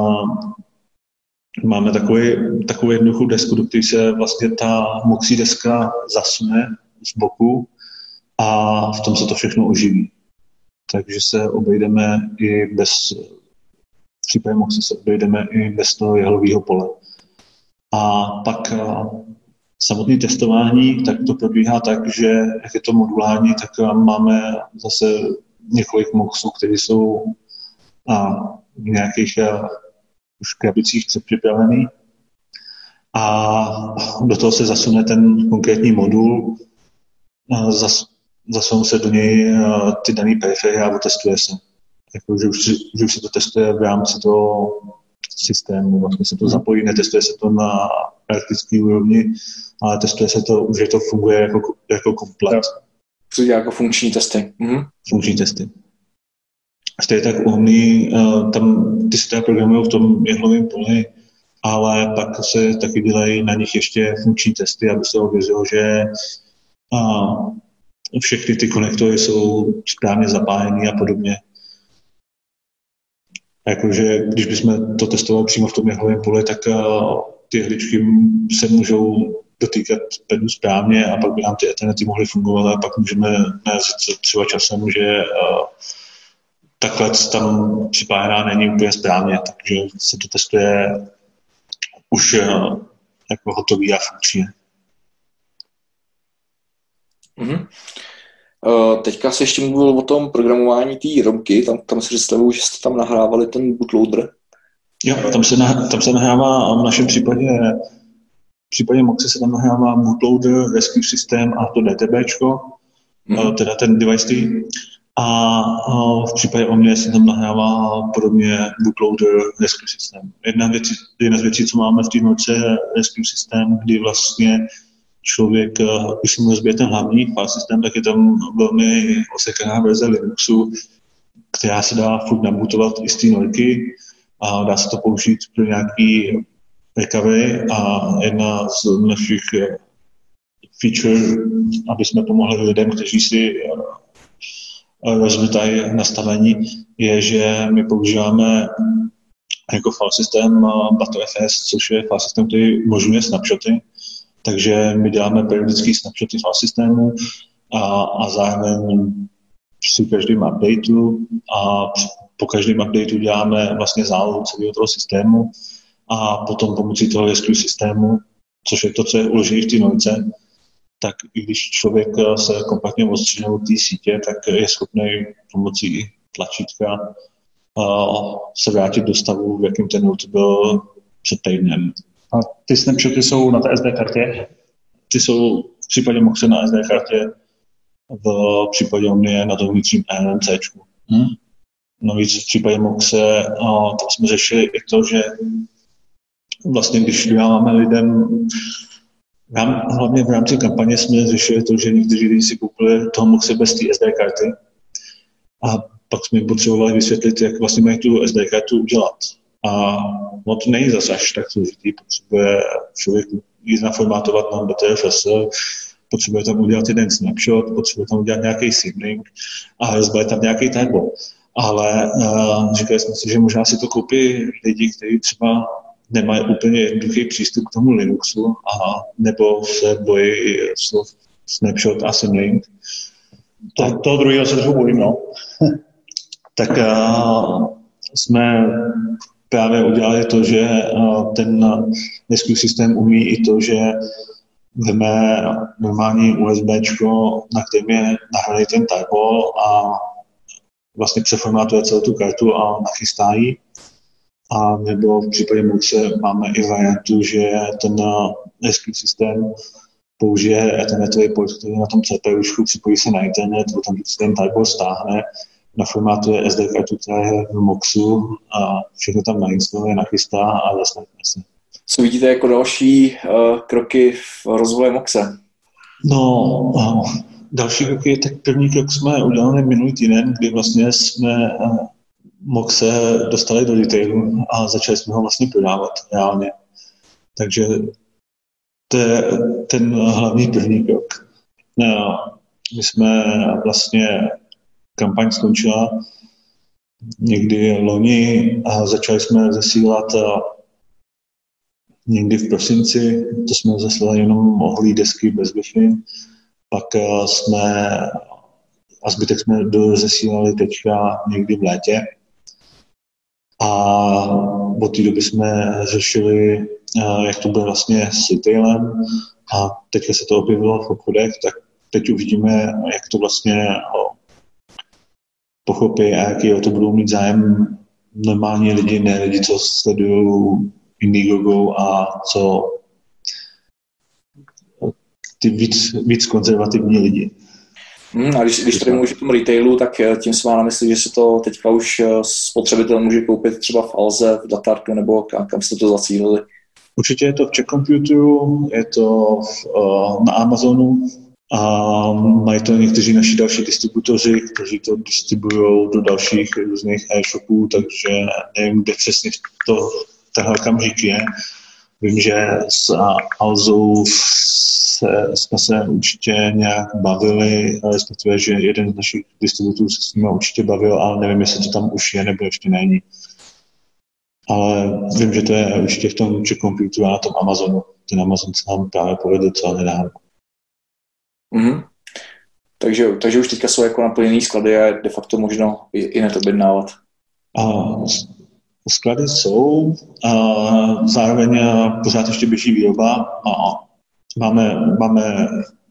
máme takovou jednoduchou desku, do které se vlastně ta Moxie deska zasune z boku a v tom se to všechno oživí. Takže se obejdeme i bez, v případě Moxie se obejdeme i bez toho jehlového pole. A pak samotné testování, tak to probíhá tak, že jak je to modulární, tak máme zase několik Moxů, které jsou v nějakých už krabicích předpřipravený. A do toho se zasune ten konkrétní modul, zasunou se do něj ty dané periferie a otestuje se. Jako, že už se to testuje v rámci toho systému, vlastně se to zapojí, netestuje se to na praktické úrovni, ale testuje se to, že to funguje jako komplet. Co dělá jako funkční testy. Funkční testy. Stejně tak umí, tam ty se teda programují v tom jehlovém poli, ale pak se taky dělají na nich ještě funkční testy, aby se ověřilo, že všechny ty konektory jsou správně zapájený a podobně. Jakože když bychom to testovali přímo v tom jehlovém poli, tak ty hličky se můžou dotýkat pedu správně a pak by nám ty Ethernety mohly fungovat a pak můžeme narazit třeba časem, že takhle tam připájená není úplně správně, takže se to testuje už jako hotový a funkčně. Teďka se ještě mluvil o tom programování té romky, tam si představuju, že jste tam nahrávali ten bootloader. Jo, tam se nahrává v našem případě Moxie se tam nahrává bootloader, rescue systém a to DTBčko, teda ten device tree. A v případě Omnie se tam nahrává podobně bootloader rescue systém. Jedna z věcí, co máme v té noci, je rescue systém, kdy vlastně člověk, když mu rozbije ten hlavní file systém, tak je tam velmi osekaná verze Linuxu, která se dá furt nabootovat i z té norky a dá se to použít pro nějaký recovery a jedna z našich feature, aby jsme pomohli lidem, kteří si rozvitají nastavení, je, že my používáme jako file systém ButterFS, což je file systém, který umožňuje snapshoty. Takže my děláme periodický snapshoty file systému a zároveň při každém updateu a po každém updateu děláme vlastně zálohu celého toho systému a potom pomocí toho rescue systému, což je to, co je uložené v té norce, tak i když člověk se kompaktně odstřihne od té sítě, tak je schopný pomocí tlačítka se vrátit do stavu, v jakém ten node byl před týdnem. A ty snapshoty jsou na té SD kartě? Ty jsou v případě Moxe na SD kartě, v případě Omnie na tom vnitřním ENMCčku. Navíc v případě Moxe tam jsme řešili i to, že vlastně když dáváme lidem, hlavně v rámci kampaně jsme řešili to, že někteří lidi si koupili toho Moxe bez té SD karty a pak jsme jim potřebovali vysvětlit, jak vlastně mají tu SD kartu udělat. A no to není zase až tak složitý, potřebuje člověk jít naformátovat na BTFS, potřebuje tam udělat jeden snapshot, potřebuje tam udělat nějaký sibling a rozbalit tam nějaký tagble. Ale říkali jsme si, že možná si to koupí lidi, kteří třeba nemají úplně jednoduchý přístup k tomu Linuxu a nebo se bojí slov snapshot a sibling. Toho druhého se trochu bojím, no. Tak jsme právě udělali to, že ten rescue systém umí i to, že veme normální USBčko, na kterém je nahraný ten Tarball a vlastně přeformátuje celou tu kartu a nachystá ji. A nebo v případě Moxe máme i variantu, že ten rescue systém použije ethernetový port, který na tom CPUčku, připojí se na internet, potom si ten Tarball stáhne, naformátuje SD kartu, která je v Moxu a všechno tam nainstaluje, nachystá a zasnadne se. Co vidíte jako další kroky v rozvoji Moxe? No, další kroky, tak první krok jsme udělali minulý týden, kdy vlastně jsme Moxe dostali do detailu a začali jsme ho vlastně prodávat reálně. Takže to je ten hlavní první krok. My jsme vlastně kampaň skončila někdy loni a začali jsme zasílat někdy v prosinci, to jsme zaslali jenom holý desky bez Wi-Fi, pak jsme a zbytek jsme dozesílali teďka někdy v létě. A od té doby jsme řešili, jak to bude vlastně s retailem a teďka se to objevilo v obchodech, tak teď uvidíme, jak to vlastně pochopí a jaký o to budou mít zájem normální lidi, ne lidi, co sledují Indiegogo a co ty víc konzervativní lidi. A když tady mluvíš o tom retailu, tak tím se má na mysli, že se to teďka už spotřebitel může koupit třeba v Alze, v Datartu, nebo kam jste to zacílili? Určitě je to v Czech Computeru, je to na Amazonu a mají to někteří naši další distributoři, kteří to distribuují do dalších různých e-shopů, takže nevím, kde přesně tenhle okamžik je. Vím, že s Alzou jsme se určitě nějak bavili, respektive, že jeden z našich distributorů se s nimi určitě bavil, ale nevím, jestli to tam už je, nebo ještě není. Ale vím, že to je určitě v tom Czech Computeru a na tom Amazonu. Ten Amazon se nám právě povedl docela nedávno. Mm-hmm. Takže už teďka jsou jako naplněný sklady a de facto možno i netobjednávat. Sklady jsou, zároveň pořád ještě běží výroba a máme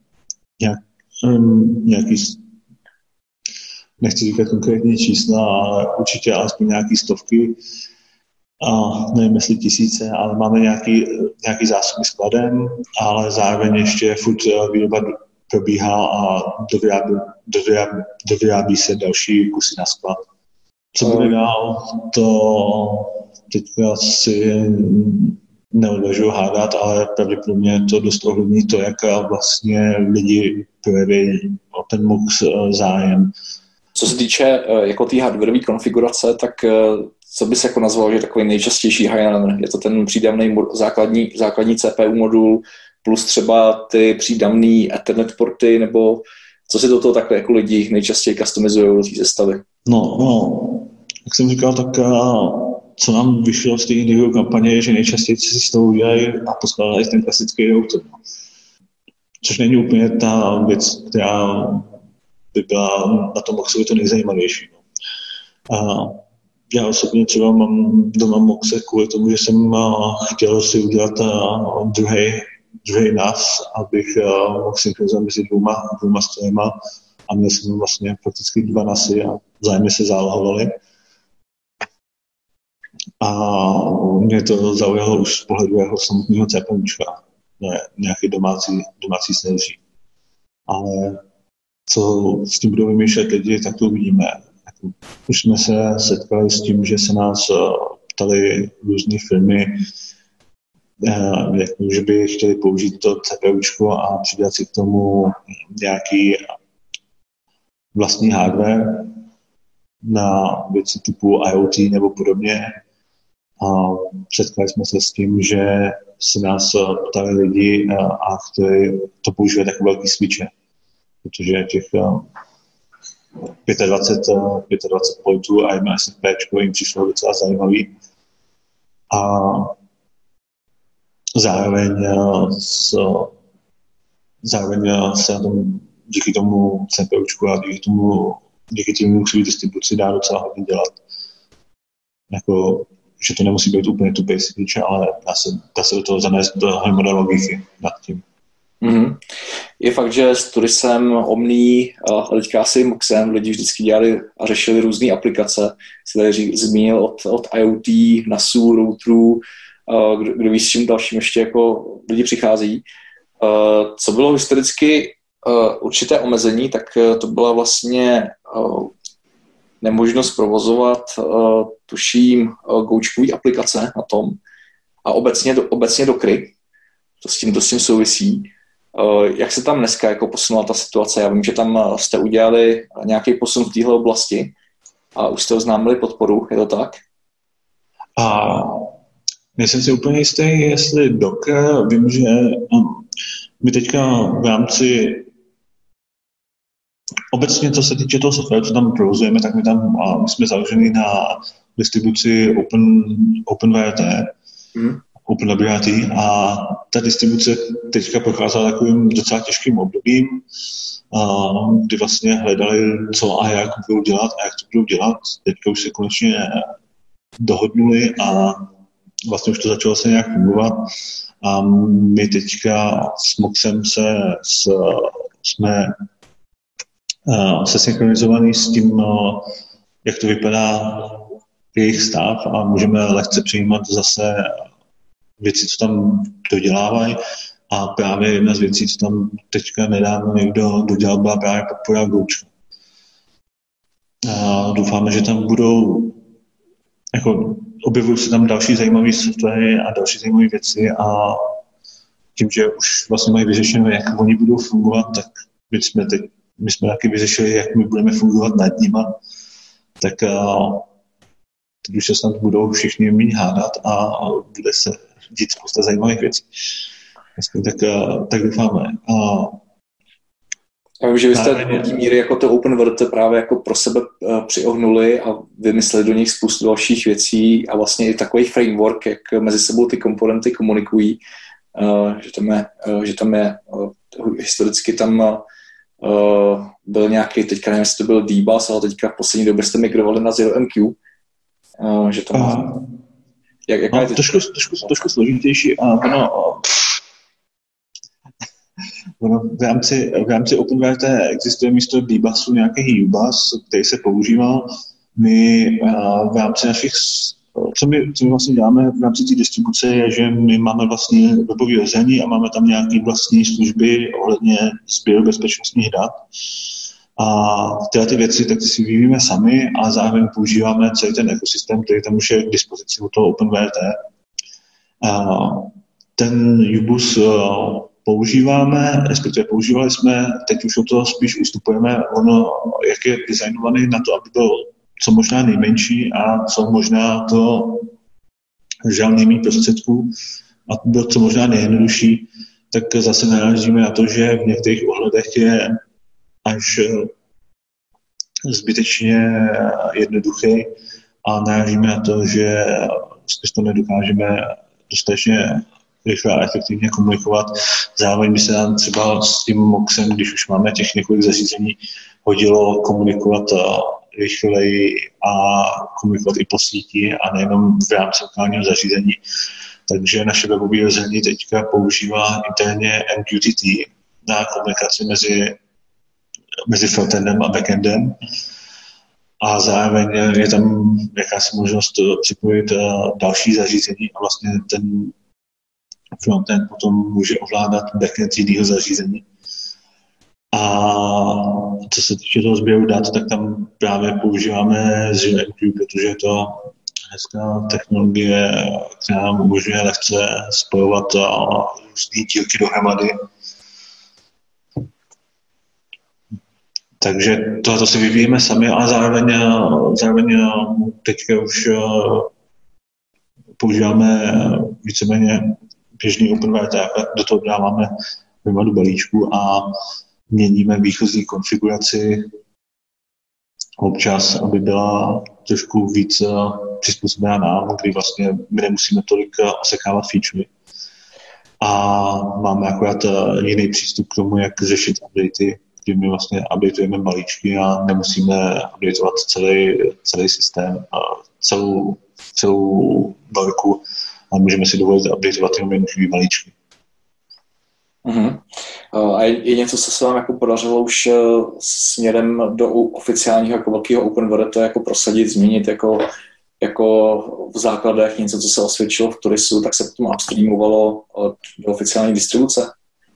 nějaký, nechci říkat konkrétní čísla, ale určitě alespoň nějaký stovky, nevím jestli tisíce, ale máme nějaký zásoby skladem, ale zároveň ještě furt výroba probíhá a dovyrábí se další kusy na sklad. Co bude dál, to teďka si neodvažuji hádat, ale pravděpodobně je to dost ovlivní to, jak vlastně lidi projeví o ten Mox zájem. Co se týče jako té hardwareové konfigurace, tak co bys jako nazval, že takový nejčastější high-runner? Je to ten přídavný základní CPU modul plus třeba ty přídavný Ethernet porty, nebo co si do toho takhle jako lidi nejčastěji customizují do té sestavy? No, jak jsem říkal, tak co nám vyšlo z té Indiegogo kampaně, je, že nejčastěji si z toho udělají a poskládají ten klasický router. Což není úplně ta věc, která by byla na tom Moxovi to nejzajímavější. Já osobně třeba mám doma Moxe kvůli tomu, že jsem chtěl si udělat druhý NAS, abych mohl synchronizovat mezi dvouma strojema a měl jsem vlastně prakticky 2 NASy a vzájemně se zálohovaly. A mě to zaujalo už z pohledu jeho samotného CPUčka, ne nějaký domácí sneží. Ale co s tím budou vymýšlet lidi, tak to uvidíme. Už jsme se setkali s tím, že se nás ptali různé firmy, že by chtěli použít to CPUčko a přidat si k tomu nějaký vlastní hardware na věci typu IoT nebo podobně. A setkali jsme se s tím, že se nás ptali lidi a chtěli to používat jako velký switche, protože těch 25 pointů a jedno SFPčko jim přišlo docela zajímavý. A zároveň se na tom díky tomu CPUčku a díky tomu distribuci dá docela hodně dělat. Jako, že to nemusí být úplně tupý switch, ale dá se do toho zanést do model logiky nad tím. Mm-hmm. Je fakt, že s Turisem, Omni a teďka asi Moxem lidi vždycky dělali a řešili různé aplikace. Jsi tady zmínil od IoT, NASu, routerů, kdo ví, s čím dalším ještě jako lidi přichází. Co bylo historicky určité omezení, tak to byla vlastně nemožnost provozovat, tuším, goučkový aplikace na tom a obecně Dockery. To s tím souvisí. Jak se tam dneska jako posunula ta situace? Já vím, že tam jste udělali nějaký posun v téhle oblasti a už jste oznámili podporu, je to tak? A nejsem si úplně jistý, jestli Docker, vím, že my teďka v rámci obecně, co se týče toho softwaru, co tam provozujeme, tak my jsme založeni na distribuci OpenWrt, OpenWrt a ta distribuce teďka procházela takovým docela těžkým obdobím, kdy vlastně hledali, co a jak budou dělat a jak to budou dělat. Teďka už se konečně dohodnuli a vlastně už to začalo se nějak fungovat. A my teďka s Moxem jsme se synchronizovaný s tím, jak to vypadá jejich stav a můžeme lehce přijímat zase věci, co tam dodělávají. A právě jedna z věcí, co tam teďka nedávno někdo dodělal, byla právě podpora Goučka. Doufáme, že tam budou, jako objevují se tam další zajímavé softwary a další zajímavé věci a tím, že už vlastně mají vyřešeno, jak oni budou fungovat, tak my jsme taky vyřešili, jak my budeme fungovat nad nima, tak teď už se snad budou všichni méně hádat a bude se dít spousta zajímavých věcí. Tak doufáme. Já vím, že vy jste do té míry jako to OpenWrt právě jako pro sebe přiohnuli a vymysleli do nich spoustu dalších věcí a vlastně i takový framework, jak mezi sebou ty komponenty komunikují, že tam je historicky tam byl nějaký, teďka nevím, jestli to byl DBus, ale teďka v poslední době jste migrovali na ZeroMQ, že to má... Jaká je trošku složitější a ono v rámci OpenWrt existuje místo DBusu nějaký UBus, který se používal. My v rámci našich, co my vlastně děláme v rámci té distribuce, je, že my máme vlastně webové rozhraní a máme tam nějaké vlastní služby ohledně sběru bezpečnostních dat. A tyhle ty věci tak si vyvíjíme sami a zároveň používáme celý ten ekosystém, který tam už je k dispozici u toho OpenWrt. Ten UBus používáme, respektive používali jsme, teď už od toho spíš ustupujeme, ono, jak je designovaný na to, aby byl co možná nejmenší a co možná to žal nejméně prostředků a byl co možná nejjednodušší, tak zase narážíme na to, že v některých ohledech je až zbytečně jednoduchý a narážíme na to, že to nedokážeme dostatečně rychle a efektivně komunikovat. Zároveň by se nám třeba s tím Moxem, když už máme těch několik zařízení, hodilo komunikovat rychleji a komunikovat i po síti a nejenom v rámci lokálního zařízení. Takže naše webové rozhraní teďka používá interně MQTT na komunikaci mezi frontendem a backendem. A zároveň je tam jakási možnost připojit další zařízení a vlastně ten frontend potom může ovládat backend jiného zařízení. A co se týče toho sběru dat, tak tam právě používáme ZeroMQ, protože je to hezká technologie, která nám umožňuje lehce spojovat různé dílky dohromady. Takže tohle si vyvíjíme sami a zároveň teďka už používáme víceméně běžný OpenWrt, do toho dáváme hromadu balíčku a měníme výchozí konfiguraci občas, aby byla trošku víc přizpůsobená nám, kdy vlastně my nemusíme tolik osekávat featurey. A máme akorát jiný přístup k tomu, jak řešit updaty, kdy my vlastně updateujeme balíčky a nemusíme updateovat celý systém, celou balku a můžeme si dovolit updateovat jenom jednotlivé balíčky. Mm-hmm. A je něco, co se vám jako podařilo už směrem do oficiálního jako velkého open world to jako prosadit, změnit jako v základech něco, co se osvědčilo v Turisu, tak se potom upstreamovalo do oficiální distribuce?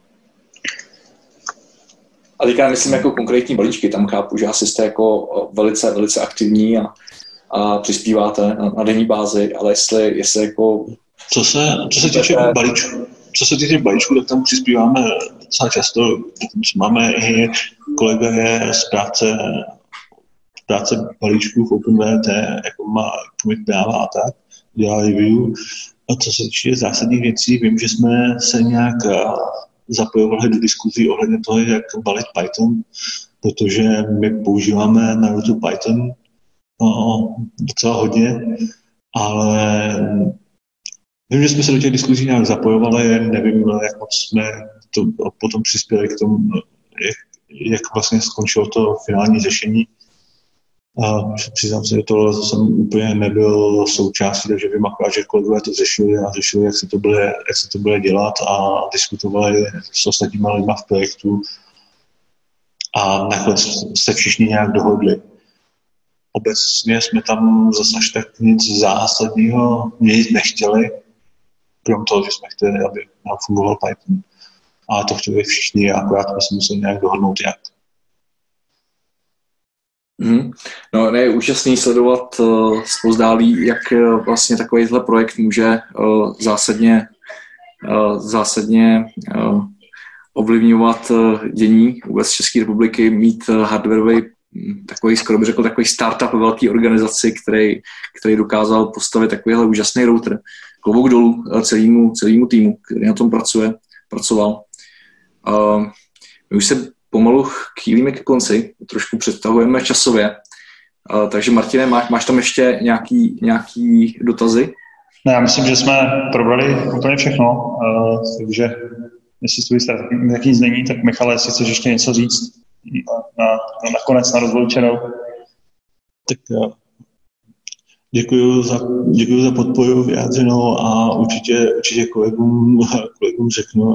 A teďka myslím jako konkrétní balíčky, tam chápu, že asi jste jako velice, velice aktivní a přispíváte na denní bázi, ale jestli jako... Co se týče balíčku, tak tam přispíváme docela často. Máme i kolega je z práce balíčků v OpenWrt, jako má commit práva a tak, dělá review. A co se týče zásadních věcí, vím, že jsme se nějak zapojovali do diskuzí ohledně toho, jak balit Python, protože my používáme na rootu Python docela hodně, ale vím, že jsme se do těch diskuzí nějak zapojovali, nevím, jak moc jsme to potom přispěli k tomu, jak vlastně skončilo to finální řešení. A přiznám se, že tohle jsem úplně nebyl součástí, takže vím akorát, že kolegové to řešili, jak se to bude dělat a diskutovali s ostatníma lidma v projektu a nakonec se všichni nějak dohodli. Obecně jsme tam zase až tak nic zásadního měnit nechtěli, krom toho, že jsme chtěli, aby nám fungoval Python. A to chtěli všichni, akorát jsme se museli nějak dohodnout jak. No, je úžasný sledovat zpozdálí, jak vlastně takovýhle projekt může zásadně ovlivňovat dění vůbec České republiky, mít hardwareový takový, skoro bych řekl, takový startup ve velké organizaci, který dokázal postavit takovýhle úžasný router. Klobouk dolů celému týmu, který na tom pracoval. My už se pomalu chýlíme ke konci, trošku představujeme časově. Takže Martine, máš tam ještě nějaký dotazy? No, já myslím, že jsme probrali úplně všechno, takže jestli stojí nějaký není, tak Michale, jestli chceš ještě něco říct nakonec na rozloučenou. Tak děkuji za podporu vyjádřenou a určitě kolegům řeknu,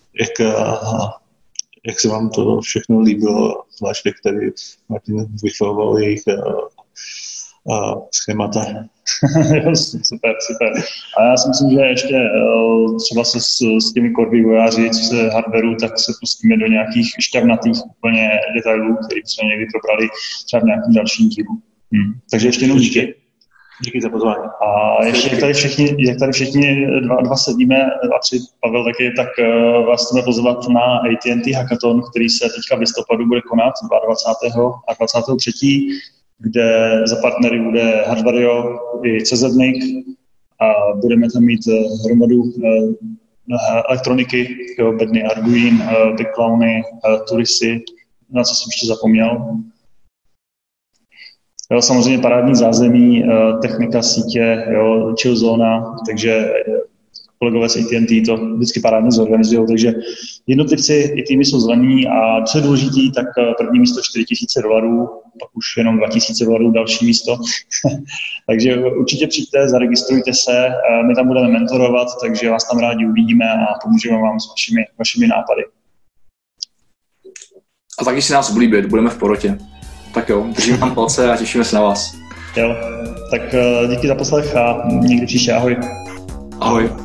jak se vám to všechno líbilo, zvláště který Martin vychvaloval jejich schémata. Super. A já si myslím, že ještě třeba se s těmi core vývojáři, co se hardwareu, tak se pustíme do nějakých šťavnatých úplně detailů, které jsme někdy probrali třeba v nějakém dalším dílu. Takže ještě jednou díky. Díky za pozvání. A ještě jak tady všichni dva sedíme a tři, Pavel taky, tak vás chceme pozvat na AT&T Hackathon, který se teďka v listopadu bude konat 22. a 23., kde za partnery bude Hardwario i CZNIC a budeme tam mít hromadu elektroniky, bedny Arduino, Big Clowny, Turisy, na co jsem ještě zapomněl. Jo, samozřejmě parádní zázemí, technika sítě, chill zóna, takže kolegové z AT&T to vždycky parádně zorganizují, takže jednotlivci i týmy jsou zvaní a co je důležitý, tak první místo $4,000, pak už jenom $2,000 další místo. Takže určitě přijďte, zaregistrujte se, my tam budeme mentorovat, takže vás tam rádi uvidíme a pomůžeme vám s vašimi nápady. A taky si nás oblíbit, budeme v porotě. Tak jo, držíme tam palce a těšíme se na vás. Jo, tak díky za poslech a někdy příště, ahoj. Ahoj.